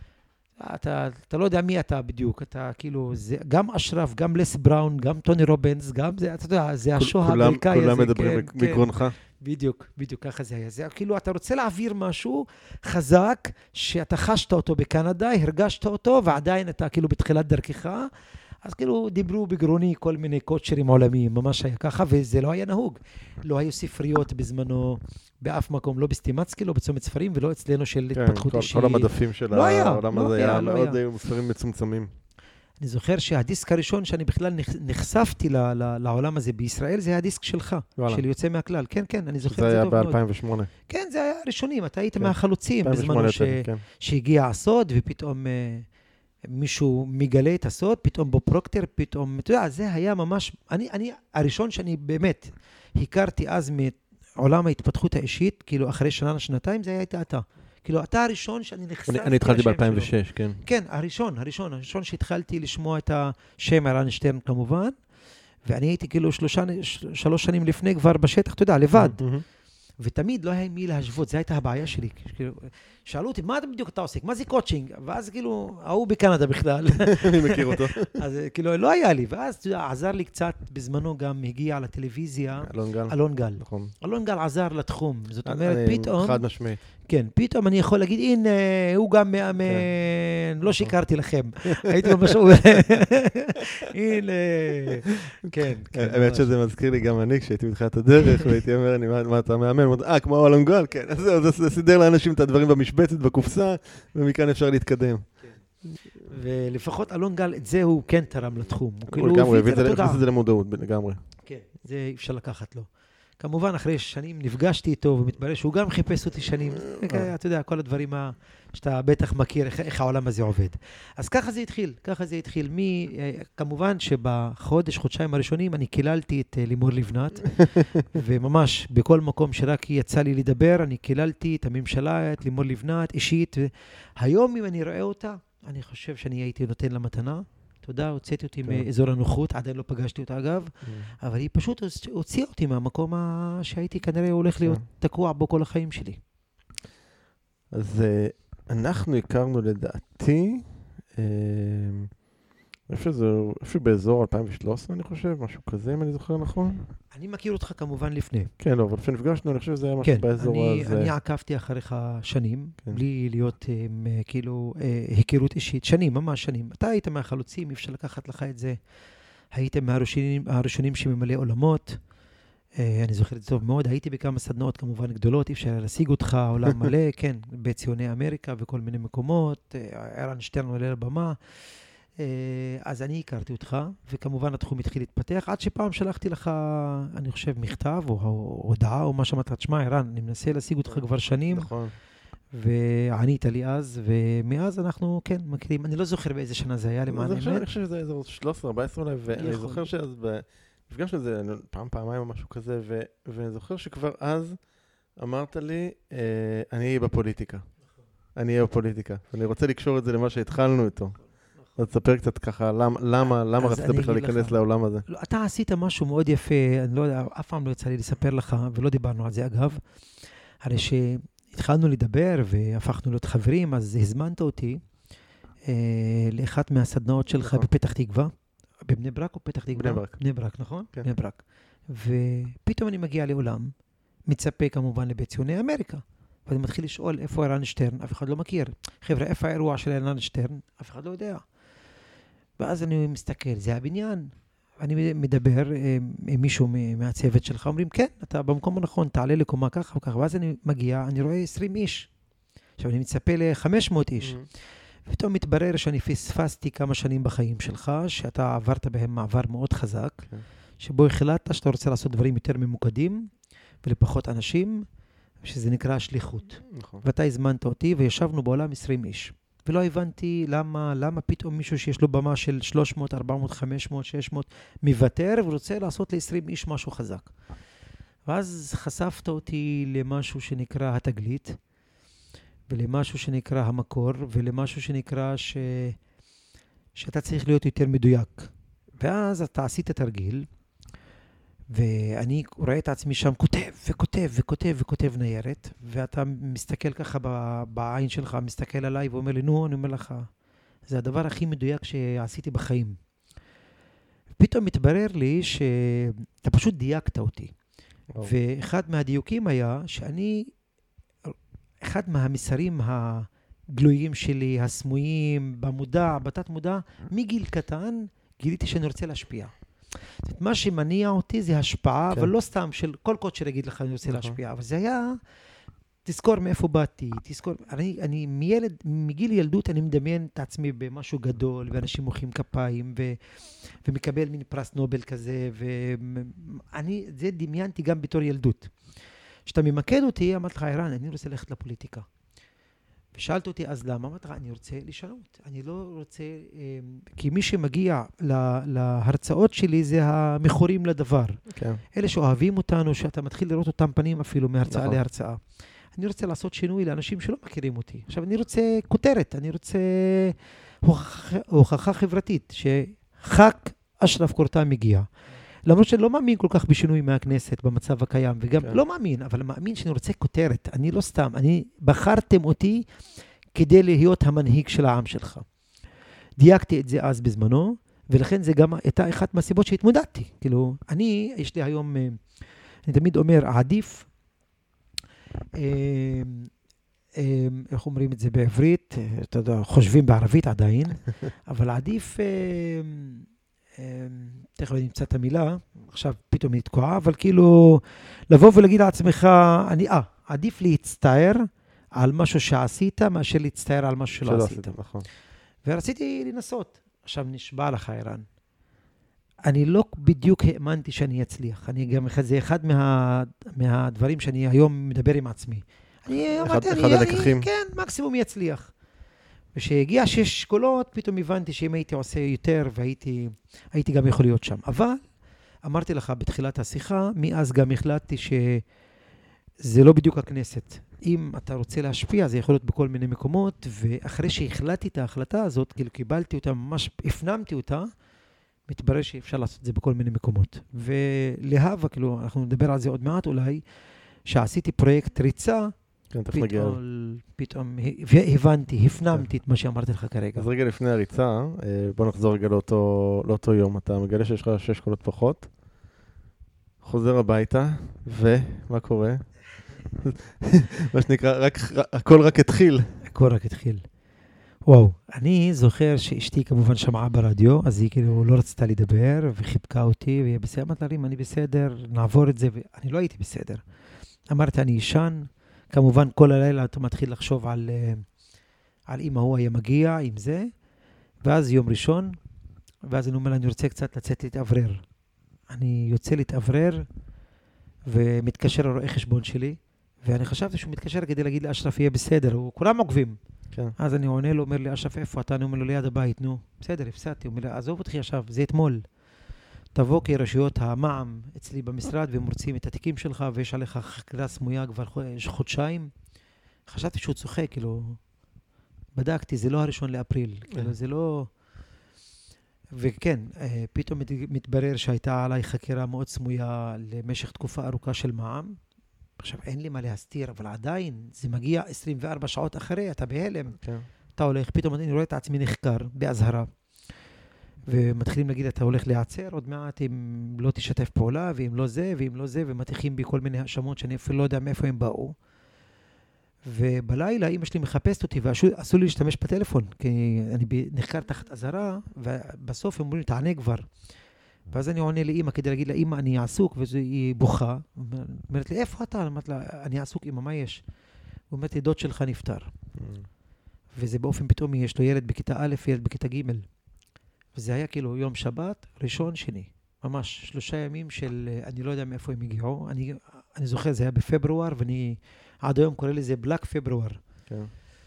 אתה, אתה לא יודע מי אתה בדיוק, אתה כאילו, זה, גם אשרף, גם לס בראון, גם טוני רובנס, גם זה, אתה יודע, זה השואו האמריקאי הזה. כולם מדברים מגרונך. בדיוק, בדיוק, ככה זה היה. זה כאילו, אתה רוצה להעביר משהו חזק, שאתה חשת אותו בקנדה, הרגשת אותו, ועדיין אתה כאילו בתחילת דרכך, אז כאילו דיברו בגרוני כל מיני קוצ'רים עולמיים, ממש היה ככה, וזה לא היה נהוג. לא היו ספריות בזמנו באף מקום, לא בסטימצקי, לא בצומת ספרים, ולא אצלנו של כן, התפתחות כל, אישית. כל המדפים של לא העולם היה, הזה לא היה, היה, מאוד לא היו ספרים מצומצמים. אני זוכר שהדיסק הראשון שאני בכלל נחשפתי ל- ל- לעולם הזה בישראל, זה היה הדיסק שלך, וואלה. של יוצא מהכלל. כן, כן, אני זוכר את זה טוב מאוד. זה היה ב-אלפיים ושמונה. כן, זה היה ראשונים, אתה היית כן. מהחלוצים בזמנו ש... כן. שהגיע הסוד, ופתאום... מישהו מגלה את הסוד, פתאום בפרוקטר, פתאום, אתה יודע, זה היה ממש, אני, אני, הראשון שאני באמת הכרתי אז מעולם ההתפתחות האישית, כאילו אחרי שנה, שנתיים, זה היה הייתה אתה. כאילו, אתה הראשון שאני נחשפתי... אני התחלתי ב-אלפיים ושש, כן. כן, הראשון, הראשון, הראשון שהתחלתי לשמוע את השם ערן שטרן כמובן, ואני הייתי כאילו שלושה, שלוש שנים לפני כבר בשטח, אתה יודע, לבד. ותמיד לא היה מי להשוות, זו הייתה הבעיה שלי. שאלו אותי, מה אתה בדיוק אתה עושה? מה זה קואצ'ינג? ואז כאילו, ההוא בקנדה בכלל. אני מכיר אותו. אז כאילו, לא היה לי, ואז עזר לי קצת, בזמנו גם הגיע לטלוויזיה. אלון גל. אלון גל. נכון. אלון גל עזר לתחום. זאת אומרת, פתאום... חד משמעי. כן, פתאום אני יכול להגיד, הנה, הוא גם מאמן, לא שיקרתי לכם. הייתי ממש... הנה, כן. האמת שזה מזכיר לי גם אני, כשהייתי מתחילת הדרך, והייתי אומר, מה אתה מאמן? אה, כמו אלון גל, כן. אז זהו, זה סידר לאנשים את הדברים במשבצת, בקופסה, ומכאן אפשר להתקדם. ולפחות אלון גל, את זה הוא כן תרם לתחום. הוא לגמרי, הכניס את זה למודעות, לגמרי. כן, זה אפשר לקחת לו. כמובן, אחרי שנים נפגשתי איתו, ומתברר שהוא גם חיפש אותי שנים. אתה יודע, כל הדברים שאתה בטח מכיר, איך העולם הזה עובד. אז ככה זה התחיל, ככה זה התחיל. כמובן שבחודש, חודשיים הראשונים, אני קיללתי את לימור לבנת, וממש בכל מקום שרק יצא לי לדבר, אני קיללתי את הממשלה, את לימור לבנת, אישית. היום, אם אני רואה אותה, אני חושב שאני הייתי נותן לה מתנה. תודה, הוצאתי אותי מאזור הנוחות, עדיין לא פגשתי אותה אגב, אבל היא פשוט הוציאה אותי מהמקום שהייתי כנראה הולך להיות תקוע בו כל החיים שלי. אז אנחנו הכרנו לדעתי, איפה באזור אלפיים ושלוש עשרה אני חושב, משהו כזה אם אני זוכר נכון. אני מכיר אותך כמובן לפני. כן, אבל כשנפגשנו אני חושב שזה היה משהו באזור הזה. כן, אני עקבתי אחריך שנים, בלי להיות כאילו היכרות אישית, שנים, ממש שנים. אתה היית מהחלוצים, אפשר לקחת לך את זה. הייתם מהראשונים שממלא עולמות. אני זוכר את זה טוב מאוד, הייתי בכמה סדנאות כמובן גדולות, אפשר להשיג אותך, עולם מלא, כן, בציוני אמריקה וכל מיני מקומות, ערן שטרן עולה לבמה. אז אני הכרתי אותך, וכמובן התחום התחיל להתפתח, עד שפעם שלחתי לך, אני חושב, מכתב או הודעה או מה שאמרת, תשמע, ערן, אני מנסה להשיג אותך כבר שנים, נכון. וענית לי אז, ומאז אנחנו, כן, מכירים, אני לא זוכר באיזה שנה זה היה, למען האמת. אני חושב שזה איזה שלוש עשרה ארבע עשרה אולי, ואני זוכר שאז, נפגש לזה פעם, פעמיים או משהו כזה, ואני זוכר שכבר אז אמרת לי, אני אהיה בפוליטיקה. אני אהיה בפוליטיקה. אני רוצה לקשור את זה למה שהתחלנו איתו. אז תספר קצת ככה, למה, למה רצית בכלל להיכנס לעולם הזה? לא, אתה עשית משהו מאוד יפה, אני לא יודע, אף פעם לא יצא לי לספר לך, ולא דיברנו על זה אגב. הרי שהתחלנו לדבר והפכנו להיות חברים, אז הזמנת אותי אה, לאחת מהסדנאות שלך נכון. בפתח תקווה. בבני ברק או פתח תקווה? בני ברק. בני ברק, נכון? כן. בני ברק. ופתאום אני מגיע לעולם, מצפה כמובן לבית ציוני אמריקה. ואני מתחיל לשאול איפה ערן שטרן, אף אחד לא מכיר. חבר'ה, איפה האירוע של ערן שטרן? אף אחד לא יודע. ואז אני מסתכל, זה הבניין. אני מדבר עם מישהו מהצוות שלך, אומרים, כן, אתה במקום הנכון, תעלה לקומה ככה וככה. ואז אני מגיע, אני רואה עשרים איש. עכשיו, אני מצפה ל-חמש מאות איש. Mm-hmm. ופתאום מתברר שאני פספסתי כמה שנים בחיים שלך, שאתה עברת בהם מעבר מאוד חזק, okay. שבו החלטת שאתה רוצה לעשות דברים יותר ממוקדים, ולפחות אנשים, שזה נקרא שליחות. נכון. ואתה הזמנת אותי, וישבנו בעולם עשרים איש. ולא הבנתי למה, למה פתאום מישהו שיש לו במה של שלוש מאות, ארבע מאות, חמש מאות, שש מאות מוותר, ורוצה לעשות ל-עשרים איש משהו חזק. ואז חשפת אותי למשהו שנקרא התגלית, ולמשהו שנקרא המקור, ולמשהו שנקרא ש... שאתה צריך להיות יותר מדויק. ואז אתה עשית תרגיל, ואני רואה את עצמי שם כותב וכותב וכותב וכותב ניירת, ואתה מסתכל ככה בעין שלך, מסתכל עליי ואומר לי, נו, אני אומר לך, זה הדבר הכי מדויק שעשיתי בחיים. פתאום מתברר לי שאתה פשוט דייקת אותי. Oh. ואחד מהדיוקים היה שאני, אחד מהמסרים הגלויים שלי, הסמויים, במודע, בתת מודע, מגיל קטן, גיליתי שאני רוצה להשפיע. מה שמניע אותי זה השפעה, כן. אבל לא סתם של כל קודשר יגיד לך אני רוצה נכון. להשפיע, אבל זה היה, תזכור מאיפה באתי, תזכור, אני, אני מילד, מגיל ילדות אני מדמיין את עצמי במשהו גדול, ואנשים מוחאים כפיים, ו, ומקבל מין פרס נובל כזה, ואני, זה דמיינתי גם בתור ילדות. כשאתה ממקד אותי, אמרתי לך, ערן, אני רוצה ללכת לפוליטיקה. ושאלת אותי, אז למה? אמרתי לך, אני רוצה לשנות. אני לא רוצה, כי מי שמגיע להרצאות שלי זה המכורים לדבר. כן. אלה שאוהבים אותנו, שאתה מתחיל לראות אותם פנים אפילו מהרצאה נכון. להרצאה. אני רוצה לעשות שינוי לאנשים שלא מכירים אותי. עכשיו, אני רוצה כותרת, אני רוצה הוכחה, הוכחה חברתית, שחק אשרף קורטה מגיע. למרות שאני לא מאמין כל כך בשינוי מהכנסת במצב הקיים, וגם כן. לא מאמין, אבל מאמין שאני רוצה כותרת. אני לא סתם, אני בחרתם אותי כדי להיות המנהיג של העם שלך. דייקתי את זה אז בזמנו, ולכן זה גם הייתה אחת מהסיבות שהתמודדתי. כאילו, אני, יש לי היום, אני תמיד אומר, עדיף, איך אומרים את זה בעברית? אתה יודע, חושבים בערבית עדיין, אבל עדיף, תכף אני אמצא את המילה, עכשיו פתאום היא תקועה, אבל כאילו, לבוא ולהגיד לעצמך, אני, אה, עדיף להצטער על משהו שעשית, מאשר להצטער על משהו שלא עשית. נכון. ורציתי לנסות. עכשיו נשבע לך, אירן. אני לא בדיוק האמנתי שאני אצליח. אני גם, זה אחד מה, מהדברים שאני היום מדבר עם עצמי. אני אחד, אמרתי, אחד אני, הלקחים. אני, כן, מקסימום יצליח. ושהגיע שש קולות, פתאום הבנתי שאם הייתי עושה יותר, והייתי הייתי גם יכול להיות שם. אבל, אמרתי לך בתחילת השיחה, מאז גם החלטתי שזה לא בדיוק הכנסת. אם אתה רוצה להשפיע, זה יכול להיות בכל מיני מקומות, ואחרי שהחלטתי את ההחלטה הזאת, כאילו קיבלתי אותה, ממש הפנמתי אותה, מתברר שאפשר לעשות את זה בכל מיני מקומות. ולהבה, כאילו, אנחנו נדבר על זה עוד מעט אולי, שעשיתי פרויקט ריצה, כן, פתאום, פתאום הבנתי, הפנמתי את מה שאמרתי לך כרגע. אז רגע לפני הריצה, בוא נחזור רגע לאותו, לאותו יום. אתה מגלה שיש לך שש קולות פחות, חוזר הביתה, ומה קורה? מה שנקרא, רק, הכל רק התחיל. הכל רק התחיל. וואו, אני זוכר שאשתי כמובן שמעה ברדיו, אז היא כאילו לא רצתה לדבר, וחיבקה אותי, והיא בסדר, אמרת לה, אני בסדר, נעבור את זה, ואני לא הייתי בסדר. אמרתי, אני ישן, כמובן כל הלילה אתה מתחיל לחשוב על, על אם הוא היה מגיע, עם זה, ואז יום ראשון, ואז אני אומר לה, אני רוצה קצת לצאת להתאוורר. אני יוצא להתאוורר, ומתקשר לרואה חשבון שלי, ואני חשבתי שהוא מתקשר כדי להגיד לאשרף יהיה בסדר, הוא כולם עוקבים. כן. אז אני עונה לו, אומר לי, אשרף, איפה אתה? אני אומר לו, ליד הבית, נו. בסדר, הפסדתי. הוא אומר לי, עזוב אותי עכשיו, זה אתמול. תבוא כרשויות המע"מ אצלי במשרד, והם מוצאים את התיקים שלך, ויש עליך חקירה סמויה כבר חודשיים. חשבתי שהוא צוחק, כאילו, בדקתי, זה לא הראשון לאפריל. כאילו, זה לא... וכן, פתאום מתברר שהייתה עליי חקירה מאוד סמויה למשך תקופה ארוכה של מע"מ. עכשיו, אין לי מה להסתיר, אבל עדיין זה מגיע עשרים וארבע שעות אחרי, אתה בהלם. כן. אתה הולך, פתאום אני רואה את עצמי נחקר בהזהרה. ומתחילים להגיד, אתה הולך להיעצר עוד מעט אם לא תשתף פעולה, ואם לא זה, ואם לא זה, ומתיחים בי כל מיני האשמות שאני אפילו לא יודע מאיפה הם באו. ובלילה אמא שלי מחפשת אותי, ואסור לי להשתמש בטלפון, כי אני נחקר תחת אזהרה, ובסוף הם אומרים, תענה כבר. ואז אני עונה לאמא כדי להגיד לאמא, אני עסוק, והיא בוכה. אומרת לי, איפה אתה? אמרת לה, אני עסוק, אמא, מה יש? הוא אומרת לי, דוד שלך נפטר. וזה באופן פתאומי, יש לו ילד בכיתה א', ילד בכיתה ג'. וזה היה כאילו יום שבת, ראשון, שני. ממש שלושה ימים של, אני לא יודע מאיפה הם הגיעו. אני, אני זוכר, זה היה בפברואר, ואני עד היום קורא לזה בלק פברואר. כן.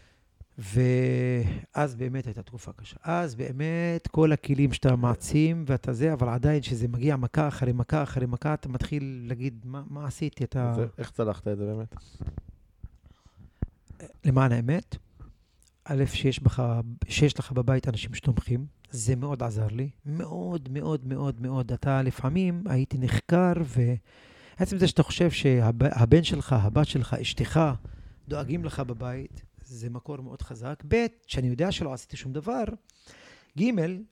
ואז באמת הייתה תקופה קשה. אז באמת כל הכלים שאתה מעצים ואתה זה, אבל עדיין שזה מגיע מכה אחרי מכה אחרי מכה, אתה מתחיל להגיד, מה, מה עשיתי? אתה... זה, איך צלחת את זה באמת? למען האמת, א', שיש, בך, שיש לך בבית אנשים שתומכים, זה מאוד עזר לי. מאוד, מאוד, מאוד, מאוד. אתה לפעמים הייתי נחקר, ועצם זה שאתה חושב שהבן שלך, הבת שלך, אשתך, דואגים לך בבית, זה מקור מאוד חזק. ב', שאני יודע שלא עשיתי שום דבר. ג',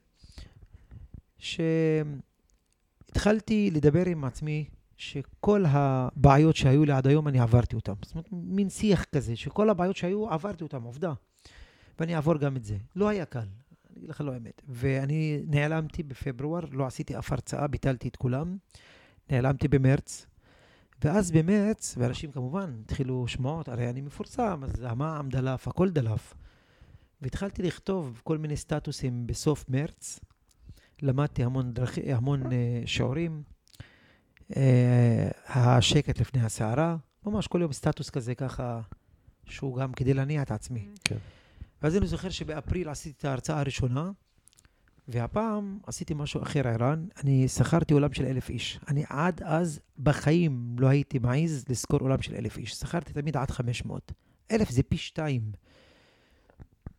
שהתחלתי לדבר עם עצמי, שכל הבעיות שהיו לי עד היום אני עברתי אותם. זאת אומרת, מין שיח כזה, שכל הבעיות שהיו עברתי אותם, עובדה. ואני אעבור גם את זה. לא היה קל, אני אגיד לך לא האמת. ואני נעלמתי בפברואר, לא עשיתי אף הרצאה, ביטלתי את כולם. נעלמתי במרץ. ואז במרץ, ואנשים כמובן התחילו שמועות, הרי אני מפורסם, אז המע"מ דלף, הכל דלף. והתחלתי לכתוב כל מיני סטטוסים בסוף מרץ. למדתי המון, דרכ... המון uh, שיעורים. Uh, השקט לפני הסערה. ממש כל יום סטטוס כזה ככה, שהוא גם כדי להניע את עצמי. כן. ואז אני זוכר שבאפריל עשיתי את ההרצאה הראשונה, והפעם עשיתי משהו אחר, אירן. אני שכרתי עולם של אלף איש. אני עד אז בחיים לא הייתי מעיז לזכור עולם של אלף איש. שכרתי תמיד עד חמש מאות. אלף זה פי שתיים.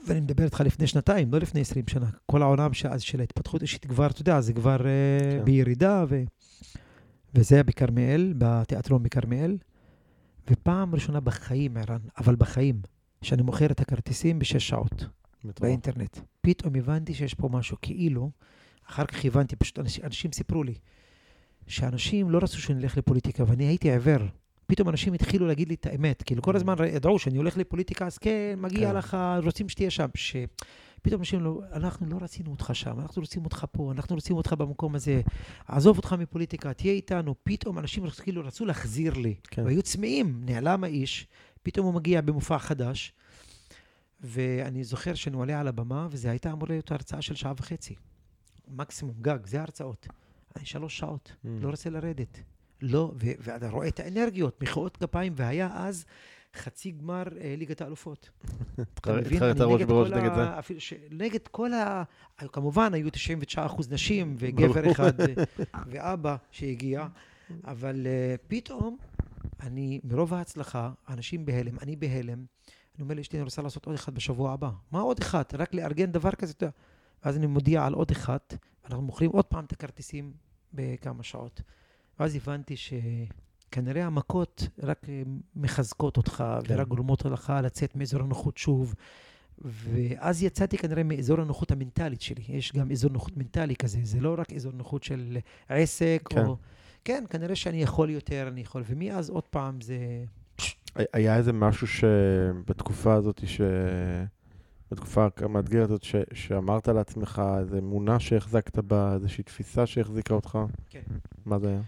ואני מדבר איתך לפני שנתיים, לא לפני עשרים שנה. כל העולם שאז של ההתפתחות אישית כבר, אתה יודע, זה כבר כן. בירידה, ו... וזה היה בכרמיאל, בתיאטרון בכרמיאל, ופעם ראשונה בחיים, ערן, אבל בחיים, שאני מוכר את הכרטיסים בשש שעות, מטור. באינטרנט. פתאום הבנתי שיש פה משהו, כאילו, אחר כך הבנתי, פשוט אנשים, אנשים סיפרו לי, שאנשים לא רצו שאני אלך לפוליטיקה, ואני הייתי עיוור. פתאום אנשים התחילו להגיד לי את האמת, כאילו כל הזמן ידעו שאני הולך לפוליטיקה, אז כן, מגיע לך, רוצים שתהיה שם, שפתאום אנשים לא, אנחנו לא רצינו אותך שם, אנחנו רוצים אותך פה, אנחנו רוצים אותך במקום הזה, עזוב אותך מפוליטיקה, תהיה איתנו, פתאום אנשים כאילו רצו להחזיר לי, והיו צמאים, נעלם האיש, פתאום הוא מגיע במופע חדש, ואני זוכר שאני עולה על הבמה, וזה הייתה אמורה להיות הרצאה של שעה וחצי, מקסימום, גג, זה ההרצאות. אני שלוש שעות, לא רוצה לרדת. לא, ואתה רואה את האנרגיות, מחיאות כפיים, והיה אז חצי גמר ליגת האלופות. אתה מבין? אתה ראש בראש נגד זה? נגד כל ה... כמובן, היו תשעים ותשעה אחוז נשים, וגבר אחד, ואבא שהגיע, אבל פתאום, אני, מרוב ההצלחה, אנשים בהלם, אני בהלם, אני אומר לאשתי, אני רוצה לעשות עוד אחד בשבוע הבא. מה עוד אחד? רק לארגן דבר כזה, ואז אני מודיע על עוד אחד, ואנחנו מוכרים עוד פעם את הכרטיסים בכמה שעות. ואז הבנתי שכנראה המכות רק מחזקות אותך, כן. ורק גורמות לך לצאת מאזור הנוחות שוב. ואז יצאתי כנראה מאזור הנוחות המנטלית שלי. יש גם אזור נוחות מנטלי כזה, זה לא רק אזור נוחות של עסק, כן. או... כן, כנראה שאני יכול יותר, אני יכול. ומאז עוד פעם זה... היה איזה משהו שבתקופה הזאת ש... בתקופה המאתגרת הזאת ש... שאמרת לעצמך, איזו אמונה שהחזקת בה, איזושהי תפיסה שהחזיקה אותך? כן. מה זה היה?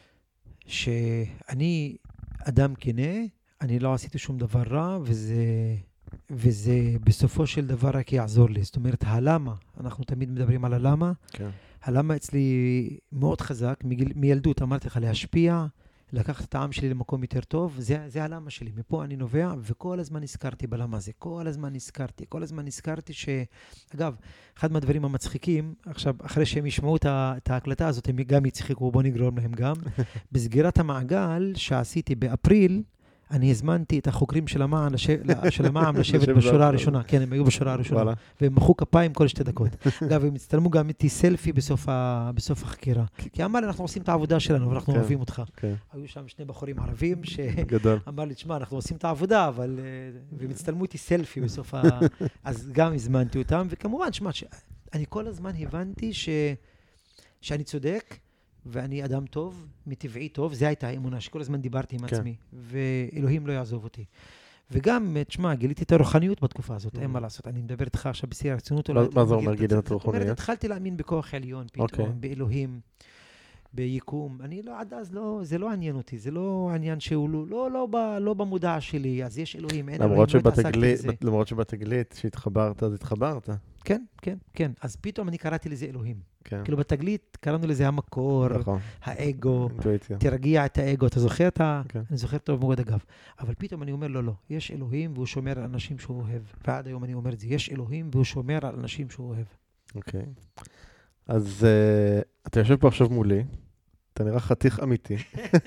שאני אדם כנה, אני לא עשיתי שום דבר רע, וזה, וזה בסופו של דבר רק יעזור לי. זאת אומרת, הלמה, אנחנו תמיד מדברים על הלמה, כן. הלמה אצלי מאוד חזק, מגיל, מילדות אמרתי לך להשפיע, לקחת את העם שלי למקום יותר טוב, זה, זה הלמה שלי. מפה אני נובע, וכל הזמן נזכרתי בלמה הזה. כל הזמן נזכרתי, כל הזמן נזכרתי ש... אגב, אחד מהדברים המצחיקים, עכשיו, אחרי שהם ישמעו את ההקלטה הזאת, הם גם יצחיקו, בוא נגרום להם גם. בסגירת המעגל שעשיתי באפריל, אני הזמנתי את החוקרים של המע"מ לשבת בשורה הראשונה. כן, הם היו בשורה הראשונה. והם מחאו כפיים כל שתי דקות. אגב, הם הצטלמו גם איתי סלפי בסוף החקירה. כי אמר לי, אנחנו עושים את העבודה שלנו, ואנחנו אוהבים אותך. היו שם שני בחורים ערבים, שאמר לי, תשמע, אנחנו עושים את העבודה, אבל... והם הצטלמו איתי סלפי בסוף ה... אז גם הזמנתי אותם, וכמובן, תשמע, אני כל הזמן הבנתי שאני צודק, ואני אדם טוב, מטבעי טוב, זה הייתה האמונה שכל הזמן דיברתי עם כן. עצמי, ואלוהים לא יעזוב אותי. וגם, תשמע, גיליתי את הרוחניות בתקופה הזאת, אין מה לעשות, אני מדבר איתך עכשיו בשיא הרצינות. מה זה אומר גיליתי את הרוחניות? זאת אומרת, התחלתי להאמין בכוח עליון פתאום, באלוהים, ביקום. אני לא, עד אז לא, זה לא עניין אותי, זה לא עניין שהוא לא, לא, לא, לא, לא במודע שלי, אז יש אלוהים, אין אלוהים, לא התעסקתי בזה. למרות שבתגלית שהתחברת, אז התחברת. כן, כן, כן. אז פתאום אני קראתי לזה אלוהים. כן. כאילו בתגלית קראנו לזה המקור, נכון. האגו, אינטואיציה. תרגיע את האגו. אתה זוכר את ה... כן. אני זוכר טוב מאוד אגב. אבל פתאום אני אומר, לא, לא. יש אלוהים והוא שומר על אנשים שהוא אוהב. ועד היום אני אומר את זה. יש אלוהים והוא שומר על אנשים שהוא אוהב. אוקיי. אז uh, אתה יושב פה עכשיו מולי. אתה נראה חתיך אמיתי.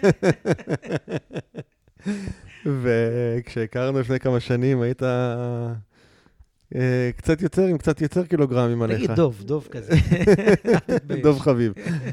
וכשהכרנו לפני כמה שנים, היית... קצת יותר, עם קצת יותר קילוגרמים עליך. תגיד דוב, דוב כזה. דוב חביב.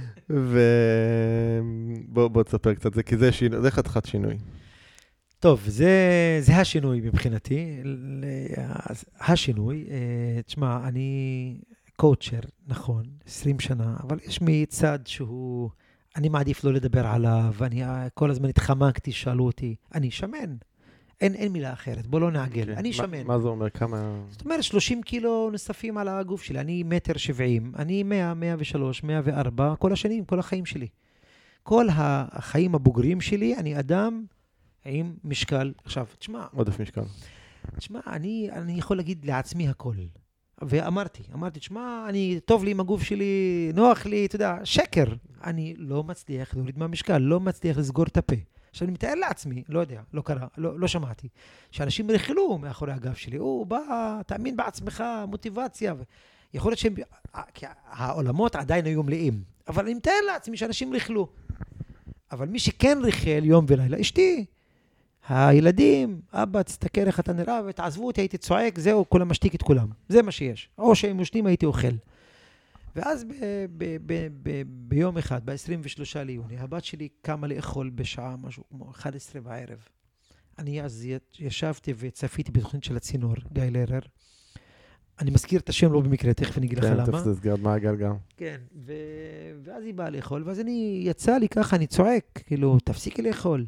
ובוא תספר קצת, כי זה חתיכת שינוי. טוב, זה השינוי מבחינתי. השינוי, תשמע, אני קואוצ'ר, נכון, עשרים שנה, אבל יש מצד שהוא, אני מעדיף לא לדבר עליו, אני כל הזמן התחמקתי, שאלו אותי, אני שמן. אין, אין מילה אחרת, בוא לא נעגל. Okay. אני שמן. מה זה אומר? כמה... זאת אומרת, שלושים קילו נוספים על הגוף שלי. אני מטר שבעים, אני מאה, מאה ושלוש, מאה וארבע, כל השנים, כל החיים שלי. כל החיים הבוגרים שלי, אני אדם עם משקל. עכשיו, תשמע. עודף משקל. תשמע, אני, אני יכול להגיד לעצמי הכל. ואמרתי, אמרתי, תשמע, אני, טוב לי עם הגוף שלי, נוח לי, אתה יודע, שקר. אני לא מצליח להוריד מהמשקל, לא מצליח לסגור את הפה. עכשיו, אני מתאר לעצמי, לא יודע, לא קרה, לא, לא שמעתי, שאנשים רכלו מאחורי הגב שלי, הוא בא, תאמין בעצמך, מוטיבציה, יכול להיות שהם, כי העולמות עדיין היו מלאים, אבל אני מתאר לעצמי שאנשים רכלו. אבל מי שכן ריכל יום ולילה, אשתי, הילדים, אבא, תסתכל איך אתה נראה, ותעזבו אותי, הייתי צועק, זהו, כולם משתיק את כולם. זה מה שיש. או שהם מושנים, הייתי אוכל. ואז ב- ב- ב- ב- ביום אחד, ב-עשרים ושלושה ליוני, הבת שלי קמה לאכול בשעה, משהו כמו אחת עשרה בערב. אני אז ישבתי וצפיתי בתוכנית של הצינור, גיא לרר. אני מזכיר את השם לא במקרה, תכף אני אגיד לך למה. כן, תכף תסגרת מעגל גם. כן, ו... ואז היא באה לאכול, ואז אני, יצא לי ככה, אני צועק, כאילו, תפסיקי לאכול.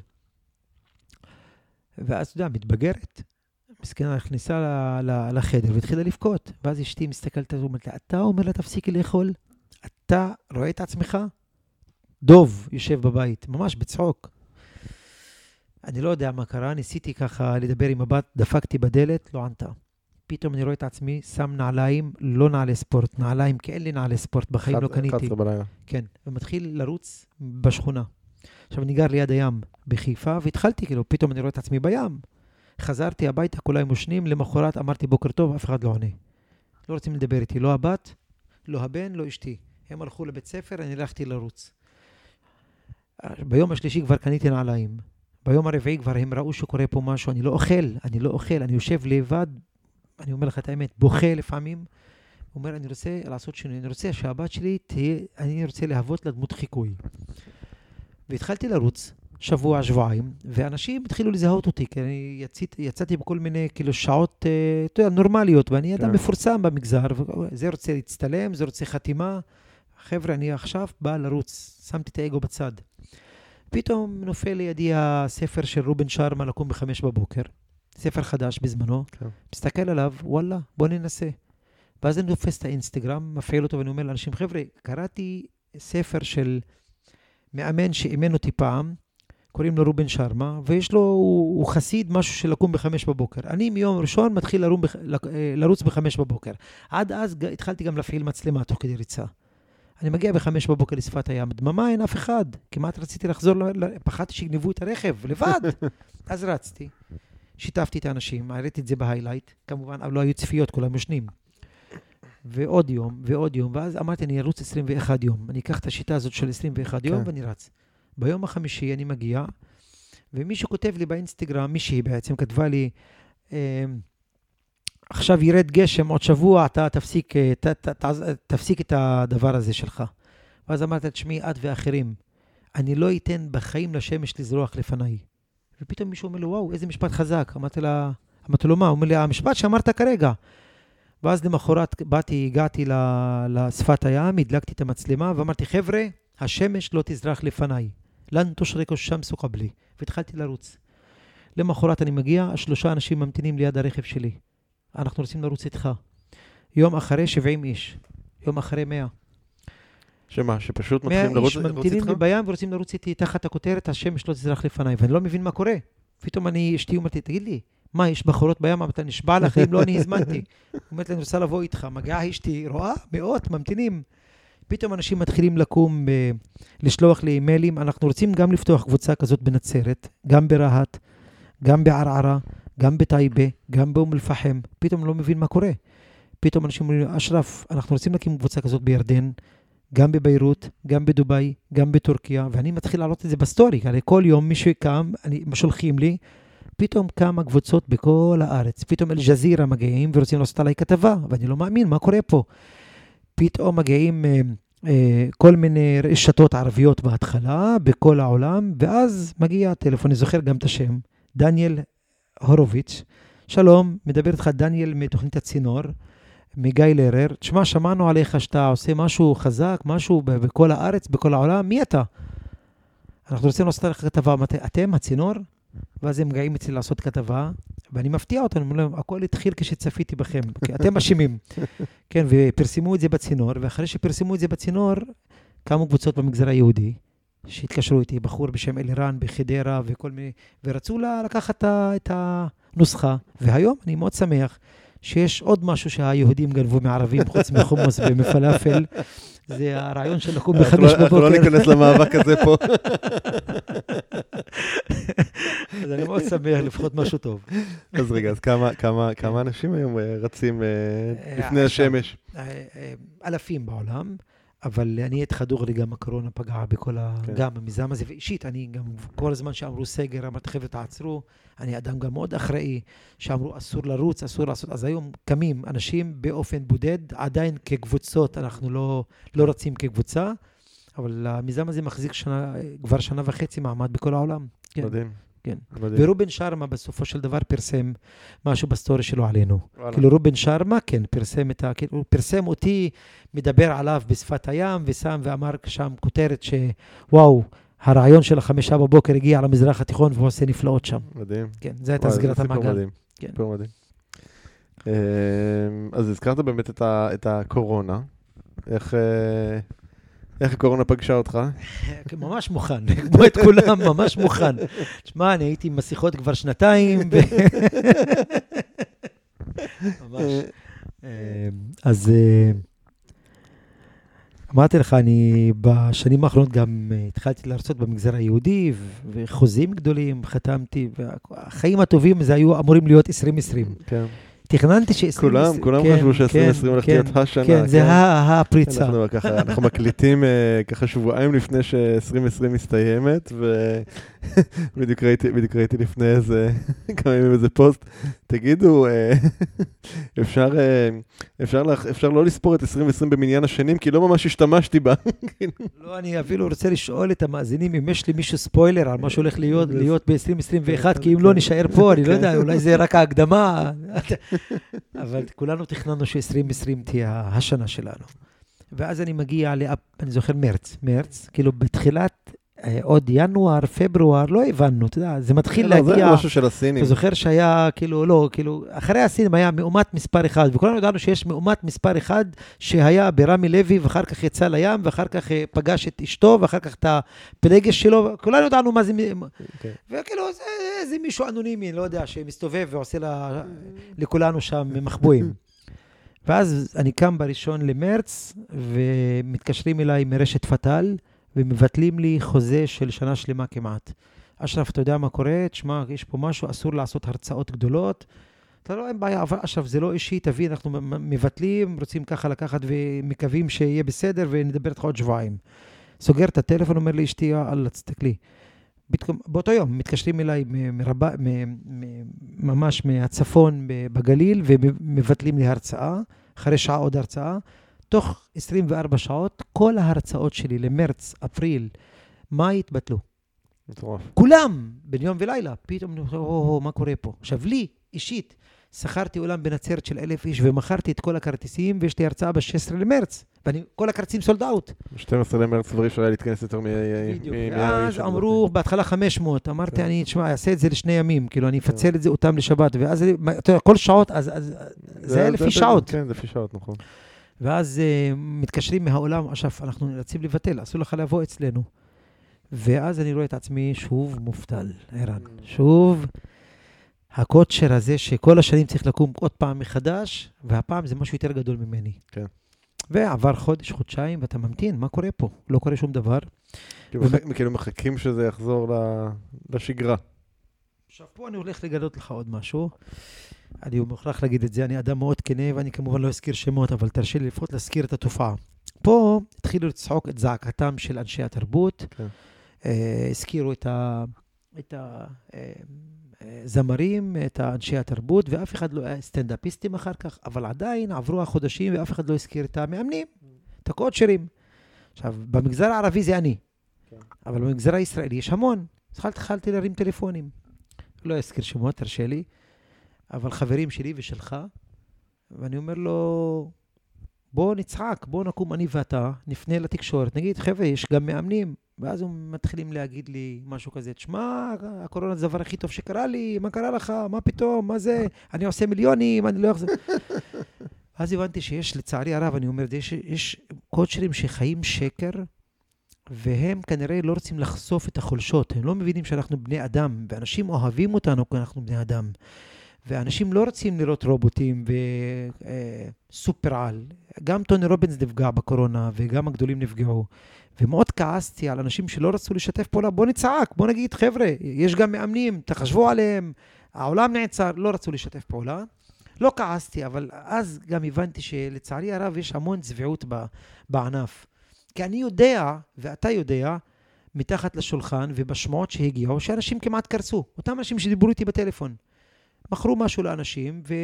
ואז, אתה יודע, מתבגרת. מסכנה, נכנסה ל... ל... לחדר והתחילה לבכות. ואז אשתי מסתכלת, ואומרת לה, אתה אומר לה, תפסיקי לאכול? אתה רואה את עצמך? דוב יושב בבית, ממש בצחוק. אני לא יודע מה קרה, ניסיתי ככה לדבר עם הבת, דפקתי בדלת, לא ענתה. פתאום אני רואה את עצמי, שם נעליים, לא נעלי ספורט, נעליים, כי אין לי נעלי ספורט, בחיים לא קניתי. אחת עשרה בלילה. כן, ומתחיל לרוץ בשכונה. עכשיו אני גר ליד הים בחיפה, והתחלתי כאילו, פתאום אני רואה את עצמי בים. חזרתי הביתה, כולם מושנים, למחרת אמרתי בוקר טוב, אף אחד לא עונה. לא רוצים לדבר איתי, לא הבת, לא הבן, לא אשתי. הם הלכו לבית ספר, אני הלכתי לרוץ. ביום השלישי כבר קניתי נעליים. ביום הרביעי כבר הם ראו שקורה פה משהו, אני לא אוכל, אני לא אוכל, אני יושב לבד, אני אומר לך את האמת, בוכה לפעמים, הוא אומר, אני רוצה לעשות שינוי, אני רוצה שהבת שלי תהיה, אני רוצה להוות לה דמות חיקוי. והתחלתי לרוץ, שבוע, שבועיים, ואנשים התחילו לזהות אותי, כי אני יצאתי, יצאתי בכל מיני כאילו שעות, אתה יודע, נורמליות, ואני אדם מפורסם במגזר, זה רוצה להצטלם, זה רוצה חתימה, חבר'ה, אני עכשיו בא לרוץ, שמתי את האגו בצד. פתאום נופל לידי הספר של רובן שרמה, לקום בחמש בבוקר, ספר חדש בזמנו, כן. מסתכל עליו, וואלה, בוא ננסה. ואז אני תופס את האינסטגרם, מפעיל אותו ואני אומר לאנשים, חבר'ה, קראתי ספר של מאמן שאימן אותי פעם, קוראים לו רובן שרמה, ויש לו, הוא, הוא חסיד משהו של לקום בחמש בבוקר. אני מיום ראשון מתחיל לרום בח, לרוץ בחמש בבוקר. עד אז התחלתי גם להפעיל מצלמה תוך כדי ריצה. אני מגיע בחמש בבוקר לשפת הים, דממה אין אף אחד. כמעט רציתי לחזור, פחדתי שיגנבו את הרכב, לבד. אז רצתי. שיתפתי את האנשים, הראיתי את זה בהיילייט, כמובן, אבל לא היו צפיות, כולם יושנים. ועוד יום, ועוד יום, ואז אמרתי, אני ארוץ עשרים ואחד יום. אני אקח את השיטה הזאת של עשרים ואחד יום, ואני רץ. ביום החמישי אני מגיע, ומישהו כותב לי באינסטגרם, מישהי בעצם כתבה לי, עכשיו ירד גשם, עוד שבוע אתה תפסיק, ת, ת, ת, תפסיק את הדבר הזה שלך. ואז אמרתי, תשמעי, את ואחרים, אני לא אתן בחיים לשמש לזרוח לפניי. ופתאום מישהו אומר לו, וואו, איזה משפט חזק. אמרתי לה, אמרתי לו, מה? הוא אומר לי, המשפט שאמרת כרגע. ואז למחרת באתי, הגעתי לשפת הים, הדלקתי את המצלמה, ואמרתי, חבר'ה, השמש לא תזרח לפניי. לן תושרקו שמסו קבלי. והתחלתי לרוץ. למחרת אני מגיע, שלושה אנשים ממתינים ליד הרכב שלי. אנחנו רוצים לרוץ איתך. יום אחרי שבעים איש. יום אחרי מאה. שמה, שפשוט מתחילים לרוץ איתך? מאה איש ממתינים לי בים ורוצים לרוץ איתי תחת הכותרת, השמש לא תזרח לפניי. ואני לא מבין מה קורה. פתאום אני, אשתי אומרת לי, תגיד לי, מה, יש בחורות בים? אתה נשבע לך, אם לא, אני הזמנתי. אומרת לי, אני רוצה לבוא איתך. מגיעה אשתי, רואה? מאות, ממתינים. פתאום אנשים מתחילים לקום, ב- לשלוח לי אימיילים. אנחנו רוצים גם לפתוח קבוצה כזאת בנצרת, גם ברהט, גם בערערה, גם בטייבה, גם באום אל-פחם. פתאום לא מבין מה קורה. פתאום אנשים אומרים, אשרף, אנחנו רוצים להקים קבוצה כזאת בירדן, גם בביירות, גם בדוביי, גם בטורקיה, ואני מתחיל לעלות את זה בסטורי, הרי כל יום מישהו קם, אני, שולחים לי, פתאום כמה קבוצות בכל הארץ, פתאום אל-ג'זירה מגיעים ורוצים לעשות עליי כתבה, ואני לא מאמין, מה קורה פה? פתאום מגיעים אה, אה, כל מיני רשתות ערביות בהתחלה, בכל העולם, ואז מגיע הטלפון, אני זוכר גם את השם, דניאל הורוביץ', שלום, מדבר איתך דניאל מתוכנית הצינור, מגיא לרר, תשמע, שמענו עליך שאתה עושה משהו חזק, משהו בכל הארץ, בכל העולם, מי אתה? אנחנו רוצים לעשות עליך כתבה, אתם הצינור? ואז הם מגיעים אצלי לעשות כתבה, ואני מפתיע אותם, אני אומר, הכל התחיל כשצפיתי בכם, כי אתם אשמים. כן, ופרסמו את זה בצינור, ואחרי שפרסמו את זה בצינור, קמו קבוצות במגזר היהודי, שהתקשרו איתי, בחור בשם אלירן, בחדרה, וכל מיני, ורצו לקחת את הנוסחה, והיום אני מאוד שמח, שיש עוד משהו שהיהודים גנבו מערבים, חוץ מחומוס ומפלאפל, זה הרעיון של לקום בחמש בבוקר. אנחנו לא ניכנס למאבק הזה פה. אז אני מאוד שמח לפחות משהו טוב. אז רגע, אז כמה אנשים היום רצים לפני השמש? אלפים בעולם. אבל אני איתך דוגרי, גם הקורונה פגעה בכל ה... כן. גם המיזם הזה, ואישית, אני גם כל הזמן שאמרו סגר, אמרתי חבר'ה תעצרו, אני אדם גם מאוד אחראי, שאמרו אסור לרוץ, אסור לעשות, אז היום קמים אנשים באופן בודד, עדיין כקבוצות, אנחנו לא, לא רצים כקבוצה, אבל המיזם הזה מחזיק שנה, כבר שנה וחצי מעמד בכל העולם. כן. מדהים. כן. מדהים. ורובן שרמה בסופו של דבר פרסם משהו בסטורי שלו עלינו. וואלה. כאילו רובן שרמה, כן, פרסם את ה... כאילו, פרסם אותי, מדבר עליו בשפת הים, ושם ואמר שם כותרת שוואו, הרעיון של החמישה בבוקר הגיע למזרח התיכון והוא עושה נפלאות שם. מדהים. כן, זה הייתה סגירת המעגל. מדהים. כן. סיפור מדהים. אז הזכרת באמת את, ה, את הקורונה. איך, איך הקורונה פגשה אותך? ממש מוכן, כמו את כולם, ממש מוכן. תשמע, אני הייתי עם מסיכות כבר שנתיים. ו... ממש. אז אמרתי לך, אני בשנים האחרונות גם התחלתי להרצות במגזר היהודי, וחוזים גדולים חתמתי, והחיים הטובים זה היו אמורים להיות עשרים עשרים. כן. תכננתי ש-עשרים עשרים... כולם, כולם חשבו ש-עשרים עשרים הולך להיות השנה. כן, זה הפריצה. אנחנו ככה, אנחנו מקליטים ככה שבועיים לפני ש-עשרים עשרים מסתיימת, ובדיוק ראיתי לפני איזה, כמה ימים איזה פוסט, תגידו, אפשר לא לספור את עשרים עשרים במניין השנים, כי לא ממש השתמשתי בה. לא, אני אפילו רוצה לשאול את המאזינים, אם יש לי מישהו ספוילר על מה שהולך להיות ב-עשרים עשרים ואחת, כי אם לא נשאר פה, אני לא יודע, אולי זה רק ההקדמה. אבל כולנו תכננו ש-עשרים עשרים תהיה השנה שלנו. ואז אני מגיע, אני זוכר מרץ, מרץ, כאילו בתחילת, עוד ינואר, פברואר, לא הבנו, אתה יודע, זה מתחיל להגיע... זה משהו של הסינים. אתה זוכר שהיה, כאילו, לא, כאילו, אחרי הסינים היה מאומת מספר אחד, וכולנו ידענו שיש מאומת מספר אחד, שהיה ברמי לוי, ואחר כך יצא לים, ואחר כך פגש את אשתו, ואחר כך את הפלגש שלו, כולנו ידענו מה זה... וכאילו, זה מישהו אנונימי, לא יודע, שמסתובב ועושה לכולנו שם מחבואים. ואז אני קם בראשון למרץ, ומתקשרים אליי מרשת פטל, ומבטלים לי חוזה של שנה שלמה כמעט. אשרף, אתה יודע מה קורה? תשמע, יש פה משהו, אסור לעשות הרצאות גדולות. אתה לא, אין בעיה, אבל אשרף, זה לא אישי, תביא, אנחנו מבטלים, רוצים ככה לקחת ומקווים שיהיה בסדר, ונדבר איתך עוד שבועיים. סוגר את הטלפון, אומר לי, אשתי, אללה, תסתכלי. באותו יום, מתקשרים אליי מרבה, ממש מהצפון בגליל, ומבטלים לי הרצאה, אחרי שעה עוד הרצאה, תוך עשרים וארבע שעות, כל ההרצאות שלי למרץ, אפריל, מאי התבטלו. מטורף. כולם, בין יום ולילה, פתאום, או, מה קורה פה? עכשיו לי, אישית, שכרתי אולם בנצרת של אלף איש, ומכרתי את כל הכרטיסים, ויש לי הרצאה ב-שישה עשר למרץ, וכל הכרטיסים סולד אאוט. ב-שנים עשר למרץ כבר אפשר היה להתכנס יותר מ... בדיוק. אז אמרו, בהתחלה חמש מאות, אמרתי, אני, תשמע, אעשה את זה לשני ימים, כאילו, אני אפצל את זה אותם לשבת, ואז, אתה יודע, כל שעות, אז זה היה לפי שעות. כן, זה לפי שעות, נכון. ואז uh, מתקשרים מהעולם, אשף, אנחנו נרצים לבטל, אסור לך לבוא אצלנו. ואז אני רואה את עצמי שוב מופתל, ערן. שוב, הקוצ'ר הזה שכל השנים צריך לקום עוד פעם מחדש, והפעם זה משהו יותר גדול ממני. כן. ועבר חודש, חודשיים, ואתה ממתין, מה קורה פה? לא קורה שום דבר. כאילו מחכים שזה יחזור לשגרה. עכשיו פה אני הולך לגלות לך עוד משהו. אני מוכרח להגיד את זה, אני אדם מאוד כנה, ואני כמובן לא אזכיר שמות, אבל תרשה לי לפחות להזכיר את התופעה. פה התחילו לצחוק את זעקתם של אנשי התרבות, כן. הזכירו את הזמרים, את אנשי התרבות, ואף אחד לא היה סטנדאפיסטים אחר כך, אבל עדיין עברו החודשים, ואף אחד לא הזכיר את המאמנים, את הקוצ'רים. עכשיו, במגזר הערבי זה אני, כן. אבל במגזר הישראלי יש המון. אז התחלתי להרים טלפונים. לא אזכיר שמות, תרשה לי. אבל חברים שלי ושלך, ואני אומר לו, בוא נצחק, בוא נקום אני ואתה, נפנה לתקשורת, נגיד, חבר'ה, יש גם מאמנים, ואז הם מתחילים להגיד לי משהו כזה, תשמע, הקורונה זה הדבר הכי טוב שקרה לי, מה קרה לך, מה פתאום, מה זה, אני עושה מיליונים, אני לא אחזור. אז הבנתי שיש, לצערי הרב, אני אומר, יש, יש קוצ'רים שחיים שקר, והם כנראה לא רוצים לחשוף את החולשות, הם לא מבינים שאנחנו בני אדם, ואנשים אוהבים אותנו כי אנחנו בני אדם. ואנשים לא רוצים לראות רובוטים וסופר על. גם טוני רובינס נפגע בקורונה, וגם הגדולים נפגעו. ומאוד כעסתי על אנשים שלא רצו לשתף פעולה. בוא נצעק, בוא נגיד, חבר'ה, יש גם מאמנים, תחשבו עליהם, העולם נעצר, לא רצו לשתף פעולה. לא כעסתי, אבל אז גם הבנתי שלצערי הרב יש המון צביעות בענף. כי אני יודע, ואתה יודע, מתחת לשולחן ובשמועות שהגיעו, שאנשים כמעט קרסו. אותם אנשים שדיברו איתי בטלפון. מכרו משהו לאנשים, ו...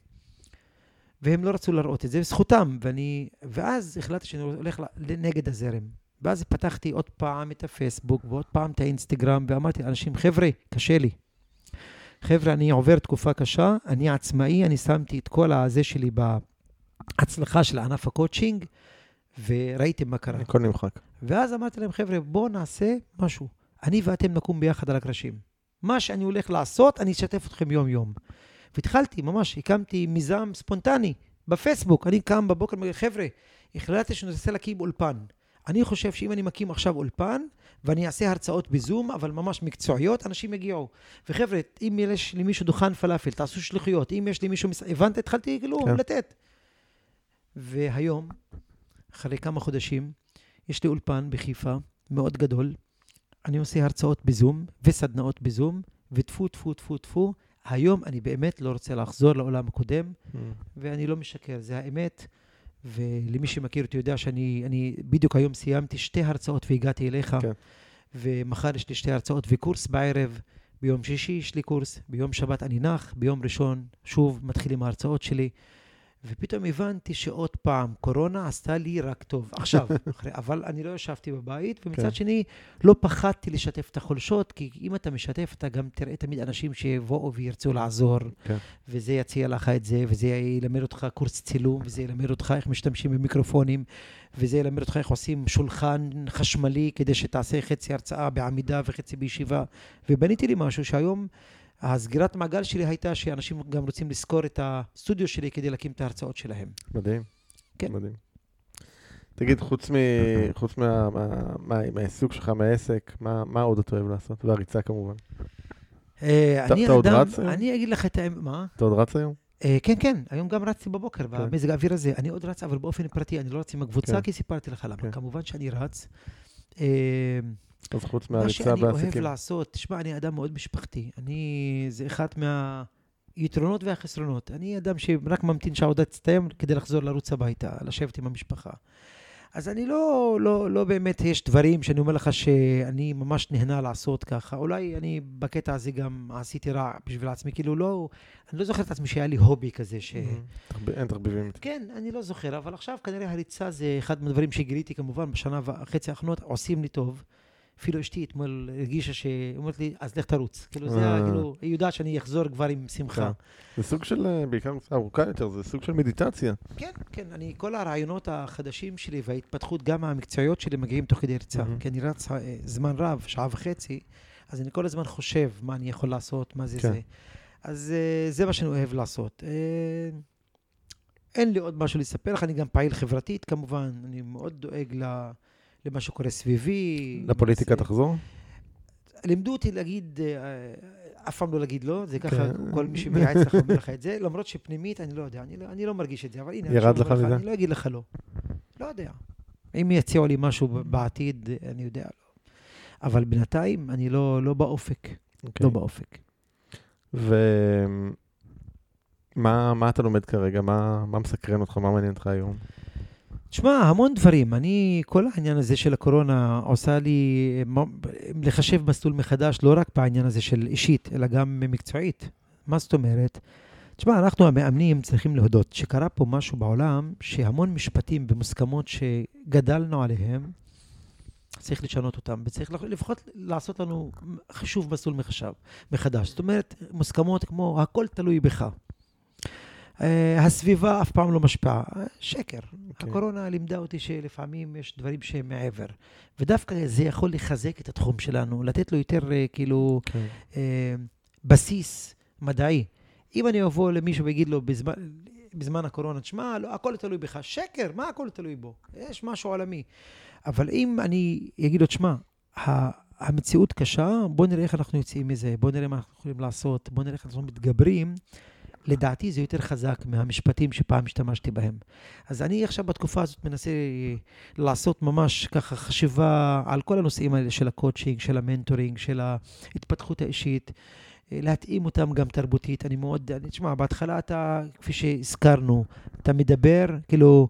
והם לא רצו לראות את זה, זכותם. ואני... ואז החלטתי שאני הולך נגד הזרם. ואז פתחתי עוד פעם את הפייסבוק, ועוד פעם את האינסטגרם, ואמרתי לאנשים, חבר'ה, קשה לי. חבר'ה, אני עובר תקופה קשה, אני עצמאי, אני שמתי את כל הזה שלי בהצלחה של ענף הקואוצ'ינג, וראיתי מה קרה. הכל נמחק. ואז אמרתי להם, חבר'ה, בואו נעשה משהו. אני ואתם נקום ביחד על הקרשים. מה שאני הולך לעשות, אני אשתף אתכם יום יום. והתחלתי, ממש, הקמתי מיזם ספונטני בפייסבוק. אני קם בבוקר, חבר'ה, החלטתי שאני רוצה להקים אולפן. אני חושב שאם אני מקים עכשיו אולפן, ואני אעשה הרצאות בזום, אבל ממש מקצועיות, אנשים יגיעו. וחבר'ה, אם יש למישהו דוכן פלאפל, תעשו שליחויות. אם יש למישהו, הבנת, התחלתי כאילו כן. לתת. והיום, אחרי כמה חודשים, יש לי אולפן בחיפה, מאוד גדול. אני עושה הרצאות בזום, וסדנאות בזום, ותפו, תפו, תפו, תפו. היום אני באמת לא רוצה לחזור לעולם הקודם, mm. ואני לא משקר, זה האמת. ולמי שמכיר אותי יודע שאני אני בדיוק היום סיימתי שתי הרצאות והגעתי אליך, כן. ומחר יש לי שתי הרצאות וקורס בערב, ביום שישי יש לי קורס, ביום שבת אני נח, ביום ראשון שוב מתחילים ההרצאות שלי, ופתאום הבנתי שעוד פעם קורונה עשתה לי רק טוב, עכשיו, אחרי, אבל אני לא ישבתי בבית, ומצד כן. שני לא פחדתי לשתף את החולשות, כי אם אתה משתף אתה גם תראה תמיד אנשים שיבואו וירצו לעזור, כן. וזה יציע לך את זה, וזה ילמד אותך קורס צילום, וזה ילמד אותך איך משתמשים במיקרופונים, וזה ילמד אותך איך עושים שולחן חשמלי, כדי שתעשה חצי הרצאה בעמידה וחצי בישיבה, ובניתי לי משהו שהיום, הסגירת מעגל שלי הייתה שאנשים גם רוצים לזכור את הסטודיו שלי כדי להקים את ההרצאות שלהם. מדהים. כן. מדהים. תגיד, חוץ, מ... חוץ מה... מה... מה... מהעיסוק שלך, מהעסק, מה... מה עוד אתה אוהב לעשות? והריצה כמובן. אה, אני אתה עוד אדם, רץ היום? אני אגיד לך את האמת, מה? אתה עוד רץ היום? אה, כן, כן, היום גם רצתי בבוקר, במזג האוויר הזה. אני עוד רץ, אבל באופן פרטי, אני לא רץ עם הקבוצה, כן. כי סיפרתי לך למה. כן. כמובן שאני רץ. אה, אז חוץ מהריצה והעסקים. מה שאני והעסקים. אוהב לעשות, תשמע, אני אדם מאוד משפחתי. אני, זה אחד מהיתרונות והחסרונות. אני אדם שרק ממתין שהעבודה תסתיים כדי לחזור לרוץ הביתה, לשבת עם המשפחה. אז אני לא, לא, לא באמת, יש דברים שאני אומר לך שאני ממש נהנה לעשות ככה. אולי אני בקטע הזה גם עשיתי רע בשביל עצמי, כאילו לא, אני לא זוכר את עצמי שהיה לי הובי כזה ש... אין תחביבים. כן, אני לא זוכר, אבל עכשיו כנראה הריצה זה אחד מהדברים שגיליתי כמובן בשנה וחצי האחרונות, עושים לי טוב. אפילו אשתי אתמול הרגישה שאומרת לי, אז לך תרוץ. כאילו זה, כאילו, היא יודעת שאני אחזור כבר עם שמחה. זה סוג של, בעיקר ארוכה יותר, זה סוג של מדיטציה. כן, כן, אני, כל הרעיונות החדשים שלי וההתפתחות גם המקצועיות שלי מגיעים תוך כדי ריצה. כי אני רץ זמן רב, שעה וחצי, אז אני כל הזמן חושב מה אני יכול לעשות, מה זה זה. אז זה מה שאני אוהב לעשות. אין לי עוד משהו לספר לך, אני גם פעיל חברתית כמובן, אני מאוד דואג ל... למה שקורה סביבי. לפוליטיקה תחזור? לימדו אותי להגיד, אף פעם לא להגיד לא, זה ככה כל מי שמייעץ לך אומר לך את זה, למרות שפנימית אני לא יודע, אני לא מרגיש את זה, אבל הנה, ירד לך מזה? אני לא אגיד לך לא. לא יודע. אם יציעו לי משהו בעתיד, אני יודע לא. אבל בינתיים אני לא באופק. לא באופק. ומה אתה לומד כרגע? מה מסקרן אותך? מה מעניין אותך היום? תשמע, המון דברים. אני, כל העניין הזה של הקורונה עושה לי לחשב מסלול מחדש, לא רק בעניין הזה של אישית, אלא גם מקצועית. מה זאת אומרת? תשמע, אנחנו המאמנים צריכים להודות שקרה פה משהו בעולם, שהמון משפטים ומוסכמות שגדלנו עליהם, צריך לשנות אותם, וצריך לפחות לעשות לנו חישוב מסלול מחשב, מחדש. זאת אומרת, מוסכמות כמו, הכל תלוי בך. Uh, הסביבה אף פעם לא משפיעה. שקר. Okay. הקורונה לימדה אותי שלפעמים יש דברים שהם מעבר. ודווקא זה יכול לחזק את התחום שלנו, לתת לו יותר uh, כאילו okay. uh, בסיס מדעי. אם אני אבוא למישהו ויגיד לו בזמן, בזמן הקורונה, תשמע, לא, הכל תלוי בך. שקר, מה הכל תלוי בו? יש משהו עולמי. אבל אם אני אגיד לו, תשמע, המציאות קשה, בוא נראה איך אנחנו יוצאים מזה, בוא נראה מה אנחנו יכולים לעשות, בוא נראה איך אנחנו מתגברים, לדעתי זה יותר חזק מהמשפטים שפעם השתמשתי בהם. אז אני עכשיו בתקופה הזאת מנסה לעשות ממש ככה חשיבה על כל הנושאים האלה של הקואוצ'ינג, של המנטורינג, של ההתפתחות האישית, להתאים אותם גם תרבותית. אני מאוד, אני תשמע, בהתחלה אתה, כפי שהזכרנו, אתה מדבר, כאילו,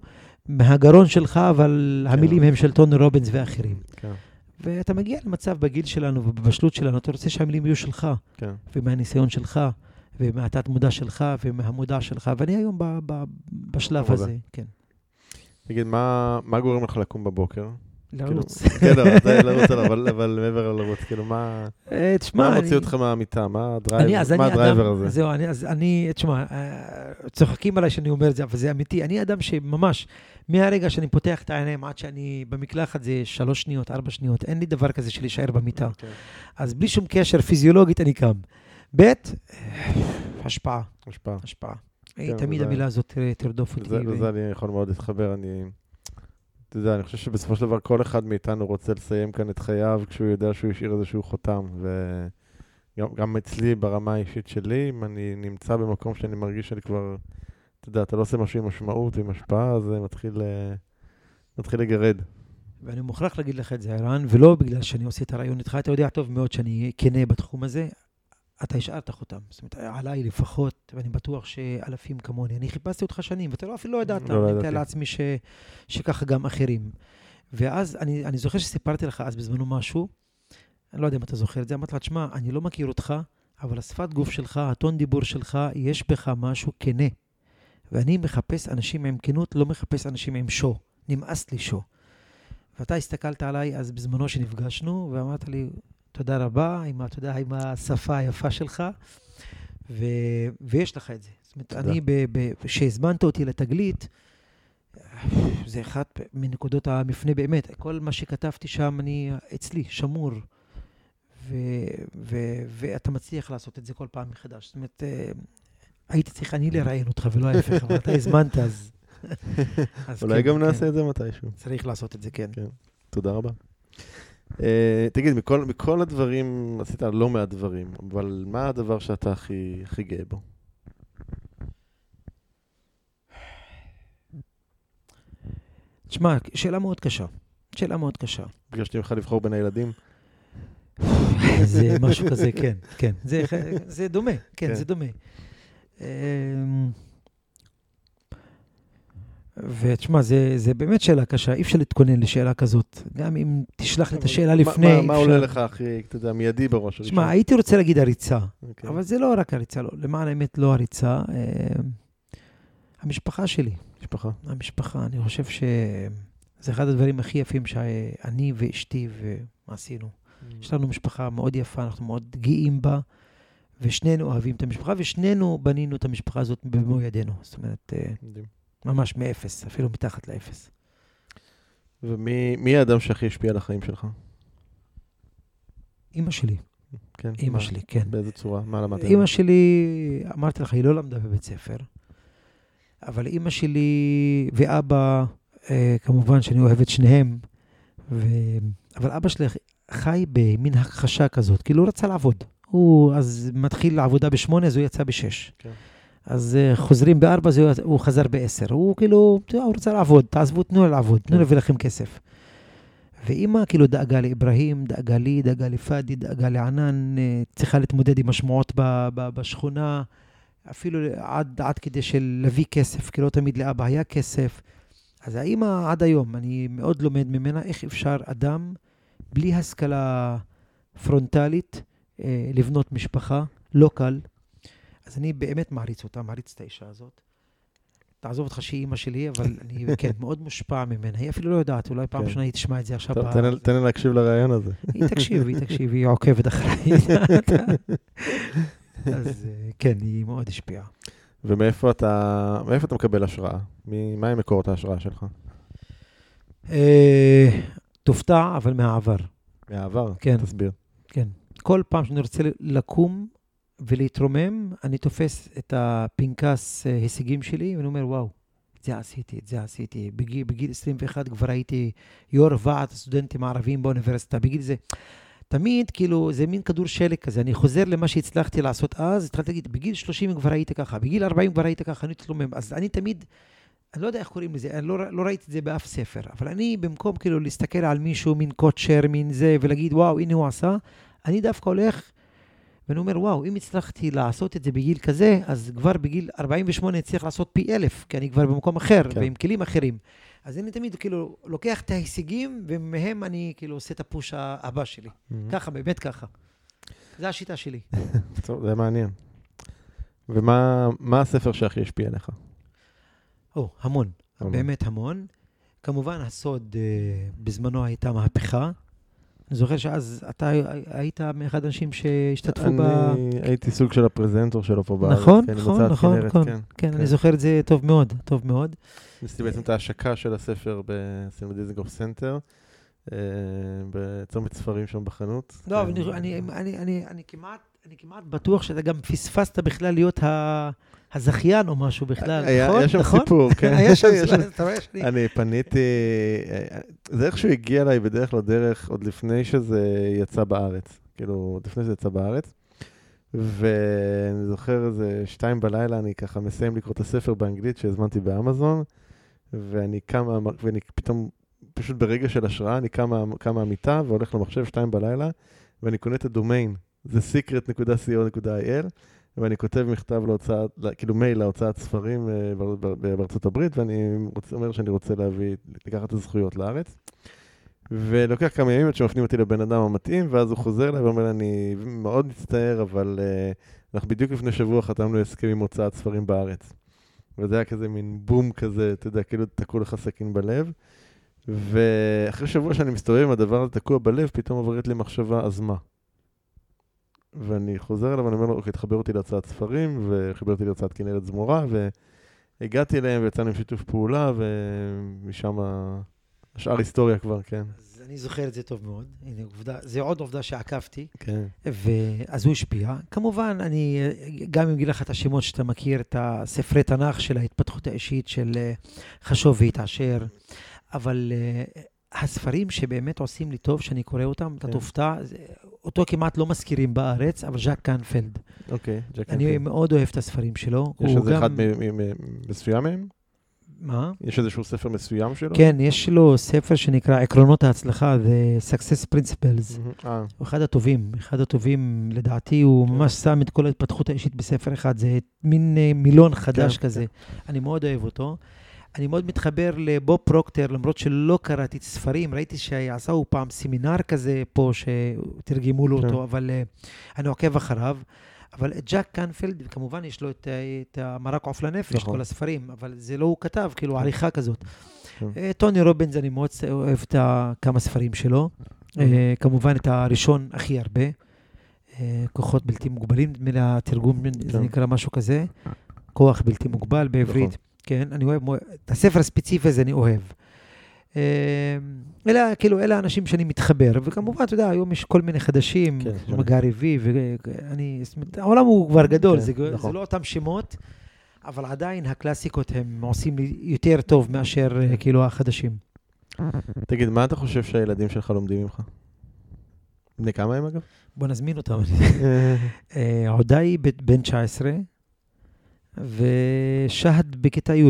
מהגרון שלך, אבל המילים הם של טוני רובינס ואחרים. כן. ואתה מגיע למצב בגיל שלנו ובבשלות שלנו, אתה רוצה שהמילים יהיו שלך, כן. ומהניסיון שלך, ומהתת מודע שלך, ומהמודע שלך, ואני היום ב- ב- בשלב הזה, כן. תגיד, מה, מה גורם לך לקום בבוקר? לרוץ. כן, אתה לרוץ, אבל, אבל מעבר לרוץ, כאילו, מה, תשמע, מה אני... מוציא אותך מהמיטה? מה אני, אז הדרייבר, מה אני הדרייבר אדם, הזה? זהו, אני, אז אני, תשמע, אה, צוחקים עליי שאני אומר את זה, אבל זה אמיתי. אני אדם שממש, מהרגע שאני פותח את העיניים עד שאני במקלחת, זה שלוש שניות, ארבע שניות, אין לי דבר כזה של להישאר במיטה. כן. אז בלי שום קשר פיזיולוגית אני קם. ב', השפעה, השפעה. השפעה. כן, תמיד וזה- המילה הזאת תרדוף אותי. וזה, ו- וזה אני יכול מאוד להתחבר, אני... אתה יודע, אני חושב שבסופו של דבר כל אחד מאיתנו רוצה לסיים כאן את חייו כשהוא יודע שהוא השאיר איזשהו חותם, וגם גם אצלי ברמה האישית שלי, אם אני נמצא במקום שאני מרגיש שאני כבר, אתה יודע, אתה לא עושה משהו עם משמעות ועם השפעה, אז זה מתחיל, אה, מתחיל לגרד. ואני מוכרח להגיד לך את זה, ערן, ולא בגלל שאני עושה את הרעיון איתך, אתה יודע טוב מאוד שאני כנה בתחום הזה, אתה השארת חותם. זאת אומרת, עליי לפחות, ואני בטוח שאלפים כמוני. אני חיפשתי אותך שנים, ואתה לא אפילו לא ידעת. לא אני ידעתי. מתאר לעצמי ש, שככה גם אחרים. ואז אני, אני זוכר שסיפרתי לך אז בזמנו משהו, אני לא יודע אם אתה זוכר את זה, אמרתי לך, תשמע, אני לא מכיר אותך, אבל השפת גוף שלך, הטון דיבור שלך, יש בך משהו כנה. ואני מחפש אנשים עם כנות, לא מחפש אנשים עם שו. נמאס לי שו. ואתה הסתכלת עליי אז בזמנו שנפגשנו, ואמרת לי, תודה רבה, עם, אתה יודע, עם השפה היפה שלך, ו, ויש לך את זה. זאת אומרת, תודה. אני, כשהזמנת אותי לתגלית, זה אחת מנקודות המפנה באמת. כל מה שכתבתי שם, אני אצלי, שמור, ו, ו, ואתה מצליח לעשות את זה כל פעם מחדש. זאת אומרת, הייתי צריך אני לראיין אותך ולא ההפך, אבל אתה הזמנת, אז... אז אולי כן, גם כן. נעשה את זה מתישהו. צריך לעשות את זה, כן. כן. תודה רבה. אה, תגיד, מכל, מכל הדברים, עשית לא מעט דברים, אבל מה הדבר שאתה הכי, הכי גאה בו? תשמע, שאלה מאוד קשה. שאלה מאוד קשה. ביקשתי ממך לבחור בין הילדים? זה משהו כזה, כן, כן. זה, זה דומה, כן, כן. זה דומה. אמ, ותשמע, זה, זה באמת שאלה קשה. אי אפשר להתכונן לשאלה כזאת. גם אם תשלח לי את השאלה מה- לפני. מה, מה אפשר- עולה לך הכי, אתה יודע, מיידי בראש? תשמע, הייתי רוצה להגיד הריצה, אוקיי. אבל זה לא רק הריצה, לא. למען האמת לא הריצה. אמ, המשפחה שלי, משפחה. המשפחה, אני חושב שזה אחד הדברים הכי יפים שאני ואשתי ועשינו. יש לנו משפחה מאוד יפה, אנחנו מאוד גאים בה, ושנינו אוהבים את המשפחה, ושנינו בנינו את המשפחה הזאת במו ידינו. זאת אומרת, אה, מדהים. ממש מאפס, אפילו מתחת לאפס. ומי מי האדם שהכי השפיע על החיים שלך? אמא שלי, כן. אמא מה? שלי, כן. באיזה צורה? מה למדת? אמא שלי, אמרתי לך, היא לא למדה בבית ספר, אבל אמא שלי ואבא, אה, כמובן שאני אוהב את שניהם, ו... אבל אבא שלי חי במין הכחשה כזאת, כאילו הוא רצה לעבוד. הוא אז מתחיל לעבודה בשמונה, אז הוא יצא בשש. כן. אז uh, חוזרים בארבע, אז הוא, הוא חזר בעשר. הוא כאילו, אתה יודע, הוא רוצה לעבוד, תעזבו, תנו לו לעבוד, תנו כן. לו לכם כסף. ואמא כאילו דאגה לאברהים, דאגה לי, דאגה לפאדי, דאגה לענן, uh, צריכה להתמודד עם השמועות ב, ב, בשכונה, אפילו עד, עד כדי של להביא כסף, כי לא תמיד לאבא היה כסף. אז האמא עד היום, אני מאוד לומד ממנה איך אפשר אדם, בלי השכלה פרונטלית, אה, לבנות משפחה, לא קל. אז אני באמת מעריץ אותה, מעריץ את האישה הזאת. תעזוב אותך שהיא אמא שלי, אבל אני כן, מאוד מושפע ממנה. היא אפילו לא יודעת, אולי פעם כן. ראשונה היא תשמע את זה עכשיו. טוב, ב- תן לה- תן לה להקשיב לרעיון הזה. היא תקשיב, היא תקשיב, היא עוקבת אחריי. אז אה, כן, היא מאוד השפיעה. ומאיפה אתה, מאיפה אתה מקבל השראה? מי- מה הם מקורות ההשראה שלך? אה, תופתע, אבל מהעבר. מהעבר? כן. תסביר. כן. כל פעם שאני רוצה לקום ולהתרומם, אני תופס את הפנקס אה, הישגים שלי, ואני אומר, וואו, את זה עשיתי, את זה עשיתי. בגיל, בגיל עשרים ואחת כבר הייתי יו"ר ועד הסטודנטים הערביים באוניברסיטה. בגיל זה, תמיד, כאילו, זה מין כדור שלג כזה. אני חוזר למה שהצלחתי לעשות אז, התחלתי להגיד, בגיל שלושים כבר הייתי ככה, בגיל ארבעים כבר הייתי ככה, אני תתרומם. אז אני תמיד, אני לא יודע איך קוראים לזה, אני לא, לא ראיתי את זה באף ספר, אבל אני במקום כאילו להסתכל על מישהו, מין קוצ'ר, מין זה, ולהגיד, וואו, הנה הוא עשה, אני דווקא הולך ואני אומר, וואו, אם הצלחתי לעשות את זה בגיל כזה, אז כבר בגיל ארבעים ושמונה צריך לעשות פי אלף, כי אני כבר במקום אחר, כן. ועם כלים אחרים. אז אני תמיד כאילו לוקח את ההישגים, ומהם אני כאילו עושה את הפוש הבא שלי. Mm-hmm. ככה, באמת ככה. זו השיטה שלי. טוב, זה מעניין. ומה מה הספר שהכי השפיע עליך? או, המון. המון. באמת המון. כמובן, הסוד אה, בזמנו הייתה מהפכה. אני זוכר שאז אתה היית מאחד האנשים שהשתתפו ב... אני הייתי סוג של הפרזנטור שלו פה בארץ. נכון, כן, נכון, עם נכון, הוצאת נכון. כנרת, כן, כן. אני זוכר את זה טוב מאוד, טוב מאוד. עשיתי בעצם את ההשקה של הספר בסינמה דיזנגוף סנטר, בצומת ספרים שם בחנות. לא, אבל אני- אני- אני- אני- אני כמעט... אני כמעט בטוח שאתה גם פספסת בכלל להיות ה- הזכיין או משהו בכלל, היה- נכון? היה שם נכון? סיפור, כן. היה שם, היה שם- אתה רואה שאני... אני פניתי, זה איכשהו הגיע אליי בדרך לא דרך, עוד לפני שזה יצא בארץ. כאילו, עוד לפני שזה יצא בארץ. ואני זוכר איזה שתיים בלילה, אני ככה מסיים לקרוא את הספר באנגלית שהזמנתי באמזון, ואני קם, ואני פתאום, פשוט ברגע של השראה, אני קם, קם מהמיטה והולך למחשב שתיים בלילה, ואני קונה את הדומיין. זה סיקרט נקודה סי או נקודה איי אל, ואני כותב מכתב להוצאת, כאילו מייל להוצאת ספרים בארצות הברית, ואני אומר שאני רוצה להביא, לקחת את הזכויות לארץ. ולוקח כמה ימים עד שמפנים אותי לבן אדם המתאים, ואז הוא חוזר אליי ואומר, אני מאוד מצטער, אבל uh, אנחנו בדיוק לפני שבוע חתמנו הסכם עם הוצאת ספרים בארץ. וזה היה כזה מין בום כזה, אתה יודע, כאילו תקעו לך סכין בלב. ואחרי שבוע שאני מסתובב עם הדבר הזה תקוע בלב, פתאום עוברת לי מחשבה, אז מה? ואני חוזר אליו ואני אומר לו, אוקיי, תחבר אותי להוצאת ספרים, וחיבר אותי להוצאת כנרת זמורה, והגעתי אליהם ויצאנו עם שיתוף פעולה, ומשם השאר היסטוריה כבר, כן. אז אני זוכר את זה טוב מאוד. הנה, עובדה, זה עוד עובדה שעקבתי. כן. ואז הוא השפיע. כמובן, אני גם אגיד לך את השמות שאתה מכיר, את הספרי תנ"ך של ההתפתחות האישית של חשוב והתעשר, אבל הספרים שבאמת עושים לי טוב, שאני קורא אותם, אתה תופתע, אותו כמעט לא מזכירים בארץ, אבל ז'אק קנפלד. אוקיי, ז'אק אני קנפלד. מאוד אוהב את הספרים שלו. יש איזה אחד מסוים מהם? מה? יש איזשהו ספר מסוים שלו? כן, יש לו ספר שנקרא עקרונות ההצלחה, The Success Principles. אה, הוא אחד הטובים, אחד הטובים, לדעתי, הוא ממש שם את כל ההתפתחות האישית בספר אחד, זה מין אה, מילון חדש כזה. אני מאוד אוהב אותו. אני מאוד מתחבר לבוב פרוקטר, למרות שלא קראתי את הספרים, ראיתי שעשהו פעם סמינר כזה פה, שתרגמו לו אותו, אבל uh, אני עוקב אחריו. אבל ז'אק קנפלד, כמובן יש לו את, את המרק עוף לנפש, נכון. כל הספרים, אבל זה לא הוא כתב, כאילו עריכה כזאת. כן. Uh, טוני רובינס, אני מאוד אוהב את כמה ספרים שלו. Uh, כמובן את הראשון הכי הרבה. Uh, כוחות בלתי מוגבלים, נדמה לי התרגום, זה נקרא משהו כזה. כוח בלתי מוגבל בעברית. נכון. כן, אני אוהב, את הספר הספציפי הזה אני אוהב. אלה, כאילו, אלה האנשים שאני מתחבר, וכמובן, אתה יודע, היום יש כל מיני חדשים, כמו גארי וי, ואני, העולם הוא כבר גדול, זה לא אותם שמות, אבל עדיין הקלאסיקות הם עושים לי יותר טוב מאשר, כאילו, החדשים. תגיד, מה אתה חושב שהילדים שלך לומדים ממך? בני כמה הם, אגב? בוא נזמין אותם. עודאי בן תשע עשרה, ושהד בכיתה י'.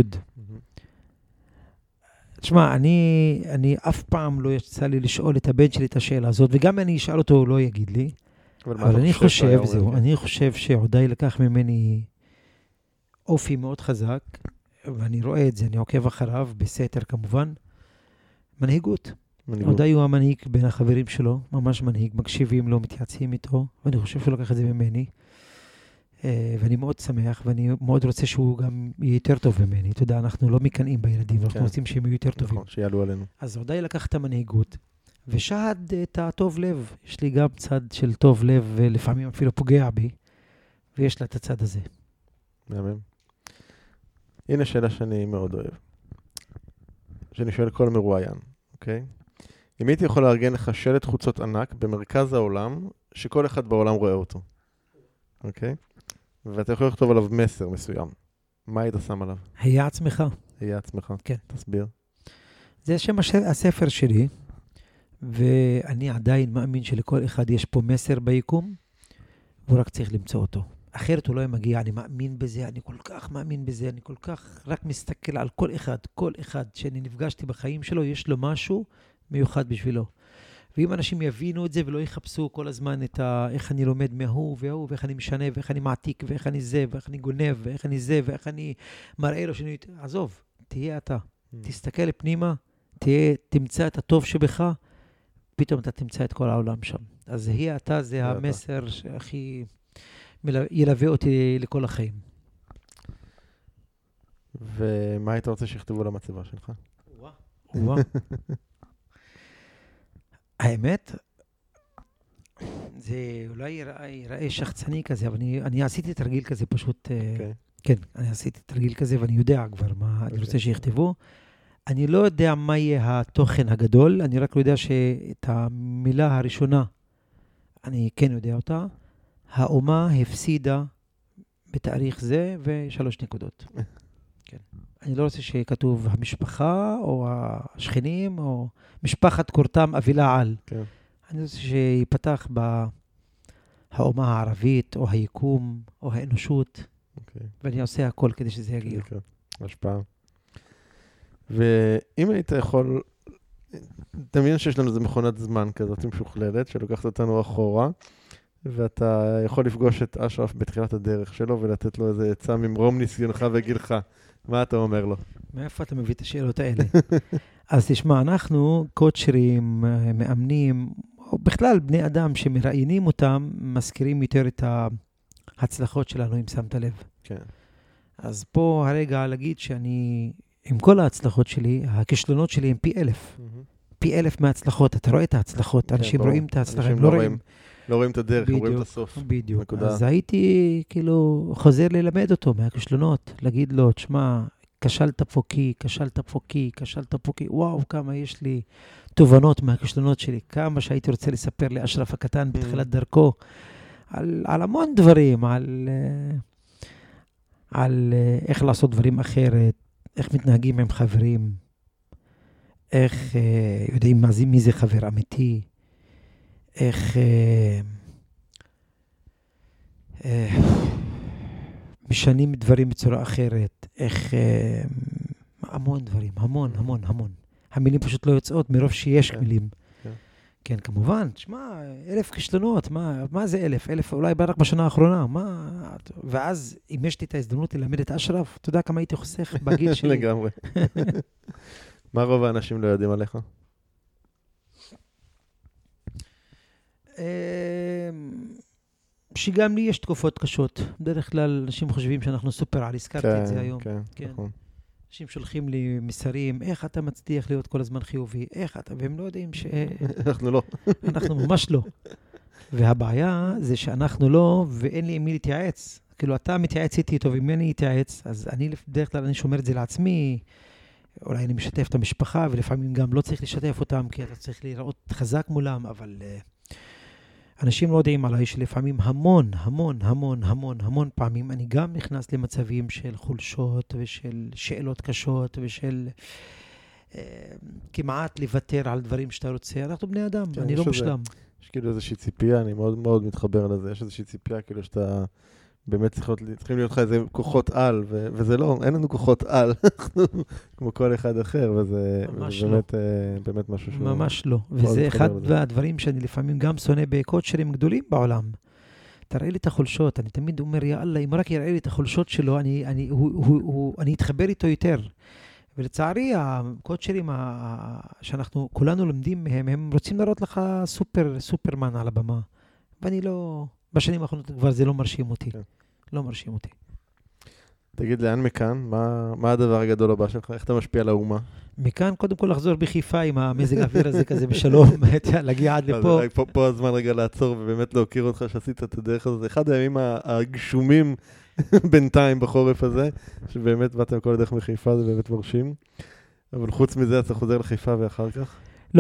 תשמע, אני, אני אף פעם לא יצא לי לשאול את הבן שלי את השאלה הזאת, וגם אני אשאל אותו, הוא לא יגיד לי. אבל, אבל אני חושב, זהו, אני חושב שעודאי לקח ממני אופי מאוד חזק, ואני רואה את זה, אני עוקב אחריו, בסתר כמובן, מנהיגות. עודאי הוא המנהיג בין החברים שלו, ממש מנהיג, מקשיבים לו, מתייעצים איתו, ואני חושב שהוא לקח את זה ממני. ואני מאוד שמח, ואני מאוד רוצה שהוא גם יהיה יותר טוב ממני. אתה יודע, אנחנו לא מקנאים בילדים, אנחנו רוצים שהם יהיו יותר טובים. נכון, שיעלו עלינו. אז עודאי לקח את המנהיגות, ושהד את הטוב לב. יש לי גם צד של טוב לב, ולפעמים אפילו פוגע בי, ויש לה את הצד הזה. מהמם. הנה שאלה שאני מאוד אוהב. שאני שואל כל מרואיין, אוקיי? אם הייתי יכול לארגן לך שלט חוצות ענק במרכז העולם, שכל אחד בעולם רואה אותו. אוקיי? ואתה יכול לכתוב עליו מסר מסוים. מה היית שם עליו? היה עצמך. היה עצמך. כן. תסביר. זה שם הספר שלי, ואני עדיין מאמין שלכל אחד יש פה מסר ביקום, והוא רק צריך למצוא אותו. אחרת הוא לא מגיע, אני מאמין בזה, אני כל כך מאמין בזה, אני כל כך רק מסתכל על כל אחד, כל אחד שאני נפגשתי בחיים שלו, יש לו משהו מיוחד בשבילו. ואם אנשים יבינו את זה ולא יחפשו כל הזמן את ה... איך אני לומד מההוא וההוא, ואיך אני משנה, ואיך אני מעתיק, ואיך אני זה, ואיך אני גונב, ואיך אני זה, ואיך אני מראה לו שאני... עזוב, תהיה אתה. תסתכל פנימה, תהיה, תמצא את הטוב שבך, פתאום אתה תמצא את כל העולם שם. אז היא אתה, זה המסר שהכי ילווה אותי לכל החיים. ומה היית רוצה שיכתבו למצבה שלך? וואו. האמת, זה אולי ייראה שחצני כזה, אבל אני, אני עשיתי תרגיל כזה פשוט, okay. כן, אני עשיתי תרגיל כזה ואני יודע כבר מה okay. אני רוצה שיכתבו. אני לא יודע מה יהיה התוכן הגדול, אני רק יודע שאת המילה הראשונה, אני כן יודע אותה, האומה הפסידה בתאריך זה ושלוש נקודות. כן. אני לא רוצה שכתוב המשפחה או השכנים או משפחת קורתם אבילה על. כן. אני רוצה שיפתח בהאומה הערבית או היקום או האנושות. אוקיי. ואני עושה הכל כדי שזה יגיע. כן, השפעה. ואם היית יכול, תמיין שיש לנו איזו מכונת זמן כזאת משוכללת שלוקחת אותנו אחורה, ואתה יכול לפגוש את אשרף בתחילת הדרך שלו ולתת לו איזה עצה ממרום ניסיונך וגילך. מה אתה אומר לו? מאיפה אתה מביא את השאלות האלה? אז תשמע, אנחנו קוצ'רים, מאמנים, או בכלל בני אדם שמראיינים אותם, מזכירים יותר את ההצלחות שלנו, אם שמת לב. כן. אז פה הרגע להגיד שאני, עם כל ההצלחות שלי, הכישלונות שלי הם פי אלף. פי אלף מההצלחות. אתה רואה את ההצלחות, אנשים רואים את ההצלחה, הם לא רואים. לא רואים את הדרך, הם רואים את הסוף. בדיוק. אז הייתי כאילו חוזר ללמד אותו מהכישלונות, להגיד לו, תשמע, כשלת פוקי, כשלת פוקי, כשלת פוקי, וואו, כמה יש לי תובנות מהכישלונות שלי, כמה שהייתי רוצה לספר לאשרף הקטן בתחילת דרכו, על, על המון דברים, על, על איך לעשות דברים אחרת, איך מתנהגים עם חברים, איך יודעים מה זה, מי זה חבר אמיתי, איך אה, אה, משנים דברים בצורה אחרת, איך אה, המון דברים, המון, המון, המון. המילים פשוט לא יוצאות מרוב שיש כן, מילים. כן. כן, כמובן, תשמע, אלף כישלונות, מה, מה זה אלף? אלף אולי רק בשנה האחרונה, מה? ואז אם יש לי את ההזדמנות ללמד את אשרף, אתה יודע כמה הייתי חוסך בגיל שלי? לגמרי. מה רוב האנשים לא יודעים עליך? שגם לי יש תקופות קשות. בדרך כלל אנשים חושבים שאנחנו סופר על, הזכרתי את זה היום. כן, כן, נכון. אנשים שולחים לי מסרים, איך אתה מצליח להיות כל הזמן חיובי, איך אתה, והם לא יודעים ש... אנחנו לא. אנחנו ממש לא. והבעיה זה שאנחנו לא, ואין לי עם מי להתייעץ. כאילו, אתה מתייעץ איתי טוב, אם אני אתייעץ, אז אני בדרך כלל אני שומר את זה לעצמי, אולי אני משתף את המשפחה, ולפעמים גם לא צריך לשתף אותם, כי אתה צריך לראות חזק מולם, אבל... אנשים לא יודעים עליי שלפעמים המון, המון, המון, המון, המון פעמים אני גם נכנס למצבים של חולשות ושל שאלות קשות ושל אה, כמעט לוותר על דברים שאתה רוצה. אנחנו בני אדם, כן, אני לא מושלם. יש כאילו איזושהי ציפייה, אני מאוד מאוד מתחבר לזה. יש איזושהי ציפייה כאילו שאתה באמת צריכות, צריכים להיות לך איזה כוחות על, ו- וזה לא, אין לנו כוחות על, כמו כל אחד אחר, וזה באמת, לא. באמת משהו שהוא... ממש לא, וזה אחד מהדברים שאני לפעמים גם שונא בקוצ'רים גדולים בעולם. תראה לי את החולשות, אני תמיד אומר, יא אללה, אם רק יראה לי את החולשות שלו, אני, אני, הוא, הוא, הוא, אני אתחבר איתו יותר. ולצערי, הקוצ'רים שאנחנו כולנו לומדים מהם, הם רוצים לראות לך סופר, סופרמן על הבמה. ואני לא... בשנים האחרונות כבר זה לא מרשים אותי. כן. לא מרשים אותי. תגיד, לאן מכאן? מה, מה הדבר הגדול הבא שלך? איך אתה משפיע על האומה? מכאן, קודם כל, לחזור בחיפה עם המזג האוויר הזה כזה בשלום, להגיע עד לפה. פה, פה הזמן רגע לעצור ובאמת להוקיר אותך שעשית את הדרך הזאת. זה אחד הימים הגשומים בינתיים בחורף הזה, שבאמת באתם כל הדרך מחיפה, זה באמת מרשים. אבל חוץ מזה, אתה חוזר לחיפה ואחר כך? לא,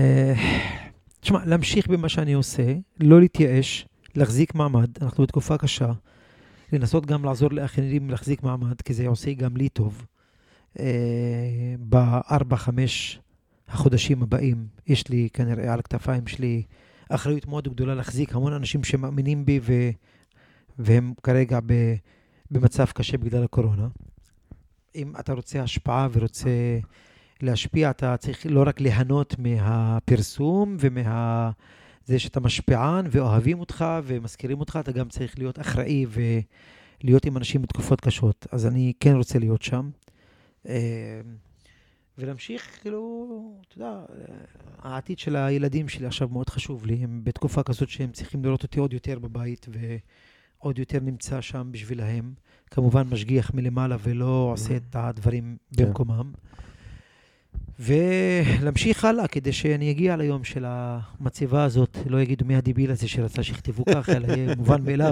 תשמע, להמשיך במה שאני עושה, לא להתייאש, להחזיק מעמד, אנחנו בתקופה קשה, לנסות גם לעזור לאחרים להחזיק מעמד, כי זה עושה גם לי טוב. אה, בארבע, חמש החודשים הבאים, יש לי כנראה על הכתפיים שלי אחריות מאוד גדולה להחזיק המון אנשים שמאמינים בי, ו, והם כרגע ב, במצב קשה בגלל הקורונה. אם אתה רוצה השפעה ורוצה להשפיע, אתה צריך לא רק ליהנות מהפרסום ומה... זה שאתה משפיען ואוהבים אותך ומזכירים אותך, אתה גם צריך להיות אחראי ולהיות עם אנשים בתקופות קשות. אז אני כן רוצה להיות שם. ולהמשיך, כאילו, אתה יודע, העתיד של הילדים שלי עכשיו מאוד חשוב לי. הם בתקופה כזאת שהם צריכים לראות אותי עוד יותר בבית ועוד יותר נמצא שם בשבילהם. כמובן משגיח מלמעלה ולא עושה את הדברים במקומם. ולהמשיך הלאה, כדי שאני אגיע ליום של המצבה הזאת, לא יגידו מי הדיביל הזה שרצה שיכתבו ככה, אלא יהיה מובן מאליו.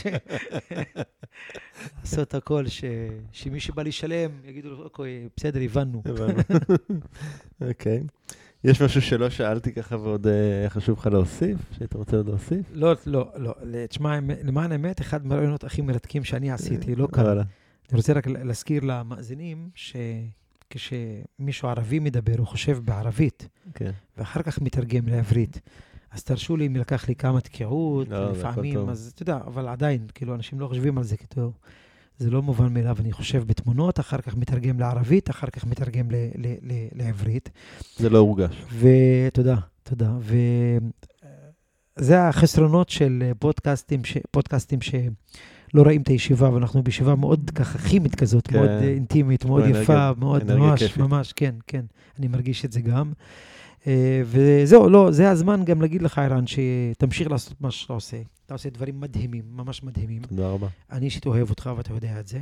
לעשות הכל, שמי שבא לשלם, יגידו לו, אוקיי, בסדר, הבנו. אוקיי. יש משהו שלא שאלתי ככה ועוד חשוב לך להוסיף, שהיית רוצה עוד להוסיף? לא, לא, לא. תשמע, למען האמת, אחד מהרעיונות הכי מרתקים שאני עשיתי, לא כאן. אני רוצה רק להזכיר למאזינים ש... כשמישהו ערבי מדבר, הוא חושב בערבית, okay. ואחר כך מתרגם לעברית. אז תרשו לי אם לקח לי כמה תקיעות, no, לפעמים, אז אתה יודע, אבל עדיין, כאילו, אנשים לא חושבים על זה, כאילו, זה לא מובן מאליו, אני חושב בתמונות, אחר כך מתרגם לערבית, אחר כך מתרגם ל- ל- ל- לעברית. זה לא הורגש. ותודה, תודה. וזה החסרונות של פודקאסטים, ש... פודקאסטים ש... לא רואים את הישיבה, ואנחנו בישיבה מאוד ככה כימית כזאת, כן. מאוד אינטימית, מאוד יפה, מאוד ממש, כיפית. ממש, כן, כן. אני מרגיש את זה גם. וזהו, לא, זה הזמן גם להגיד לך, ערן, שתמשיך לעשות מה שאתה עושה. אתה עושה דברים מדהימים, ממש מדהימים. תודה רבה. אני אישית אוהב אותך, ואתה יודע את זה.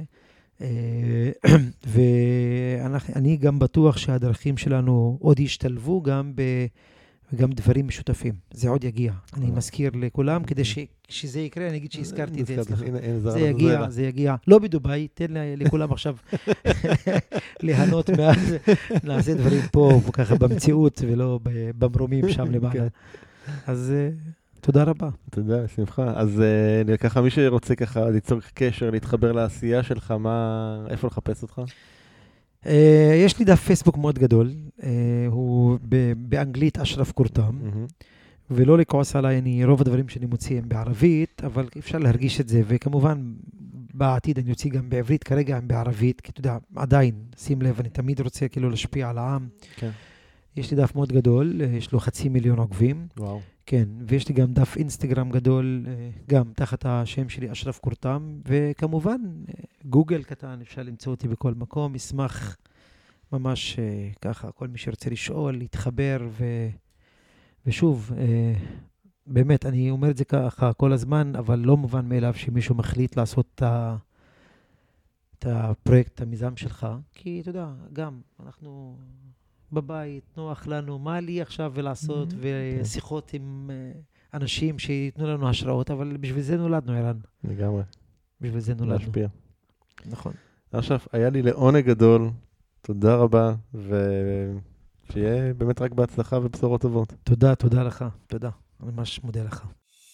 ואני גם בטוח שהדרכים שלנו עוד ישתלבו גם ב... וגם דברים משותפים. זה עוד יגיע. אני מזכיר לכולם, כדי שזה יקרה, אני אגיד שהזכרתי את זה אצלך. זה יגיע, זה יגיע. לא בדוביי, תן לכולם עכשיו ליהנות מאז, נעשה דברים פה, ככה במציאות, ולא במרומים שם למעלה. אז תודה רבה. תודה, שמחה. אז ככה, מי שרוצה ככה ליצור קשר, להתחבר לעשייה שלך, איפה לחפש אותך? Uh, יש לי דף פייסבוק מאוד גדול, uh, הוא ב- באנגלית אשרף קורטם, mm-hmm. ולא לכעוס עליי, אני, רוב הדברים שאני מוציא הם בערבית, אבל אפשר להרגיש את זה, וכמובן בעתיד אני יוציא גם בעברית, כרגע הם בערבית, כי אתה יודע, עדיין, שים לב, אני תמיד רוצה כאילו להשפיע על העם. כן. יש לי דף מאוד גדול, יש לו חצי מיליון עוקבים. וואו. כן, ויש לי גם דף אינסטגרם גדול, גם תחת השם שלי, אשרף קורטם, וכמובן, גוגל קטן, אפשר למצוא אותי בכל מקום, אשמח ממש ככה, כל מי שרוצה לשאול, להתחבר, ו... ושוב, באמת, אני אומר את זה ככה כל הזמן, אבל לא מובן מאליו שמישהו מחליט לעשות את, ה... את הפרויקט, את המיזם שלך, כי אתה יודע, גם אנחנו... בבית, נוח לנו, מה לי עכשיו ולעשות, ושיחות עם אנשים שיתנו לנו השראות, אבל בשביל זה נולדנו, ערן. לגמרי. בשביל זה נולדנו. להשפיע. נכון. עכשיו, היה לי לעונג גדול, תודה רבה, ושיהיה באמת רק בהצלחה ובשורות טובות. תודה, תודה לך, תודה. אני ממש מודה לך.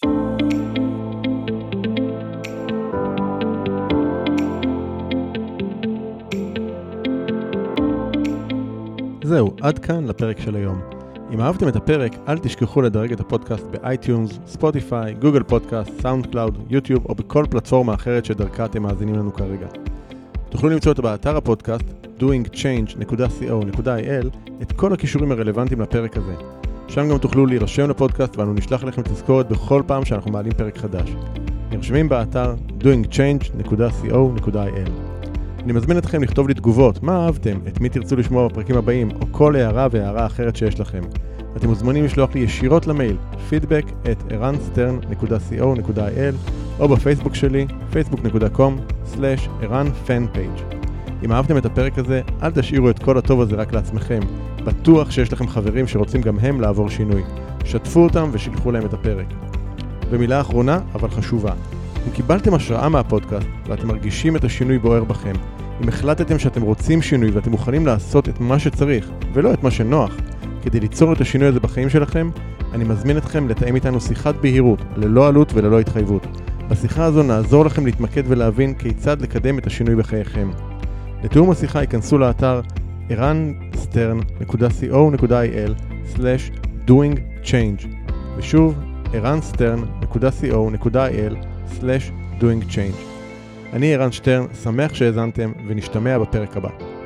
זהו, עד כאן לפרק של היום. אם אהבתם את הפרק, אל תשכחו לדרג את הפודקאסט באייטיונס, ספוטיפיי, גוגל פודקאסט, סאונד קלאוד, יוטיוב או בכל פלטפורמה אחרת שדרכה אתם מאזינים לנו כרגע. תוכלו למצוא אותה באתר הפודקאסט doing change dot co dot il את כל הכישורים הרלוונטיים לפרק הזה. שם גם תוכלו להירשם לפודקאסט ואנו נשלח לכם תזכורת בכל פעם שאנחנו מעלים פרק חדש. נרשמים באתר doing change dot co dot il. אני מזמין אתכם לכתוב לי תגובות, מה אהבתם, את מי תרצו לשמוע בפרקים הבאים, או כל הערה והערה אחרת שיש לכם. אתם מוזמנים לשלוח לי ישירות למייל, פידבק את ערן סטרן דוט קו דוט איי אל, או בפייסבוק שלי, פייסבוק דוט קום סלאש ערן פן פייג'. אם אהבתם את הפרק הזה, אל תשאירו את כל הטוב הזה רק לעצמכם. בטוח שיש לכם חברים שרוצים גם הם לעבור שינוי. שתפו אותם ושילחו להם את הפרק. ומילה אחרונה, אבל חשובה. אם קיבלתם השראה מהפודקאסט ואתם מרגישים את השינוי בוער בכם, אם החלטתם שאתם רוצים שינוי ואתם מוכנים לעשות את מה שצריך ולא את מה שנוח, כדי ליצור את השינוי הזה בחיים שלכם, אני מזמין אתכם לתאם איתנו שיחת בהירות, ללא עלות וללא התחייבות. בשיחה הזו נעזור לכם להתמקד ולהבין כיצד לקדם את השינוי בחייכם. לתיאום השיחה ייכנסו לאתר ערן סטרן דוט קו דוט איי אל סלאש doing change ושוב ערן סטרן דוט קו דוט איי אל סלאש doing change. אני ערן שטרן, שמח שהאזנתם ונשתמע בפרק הבא.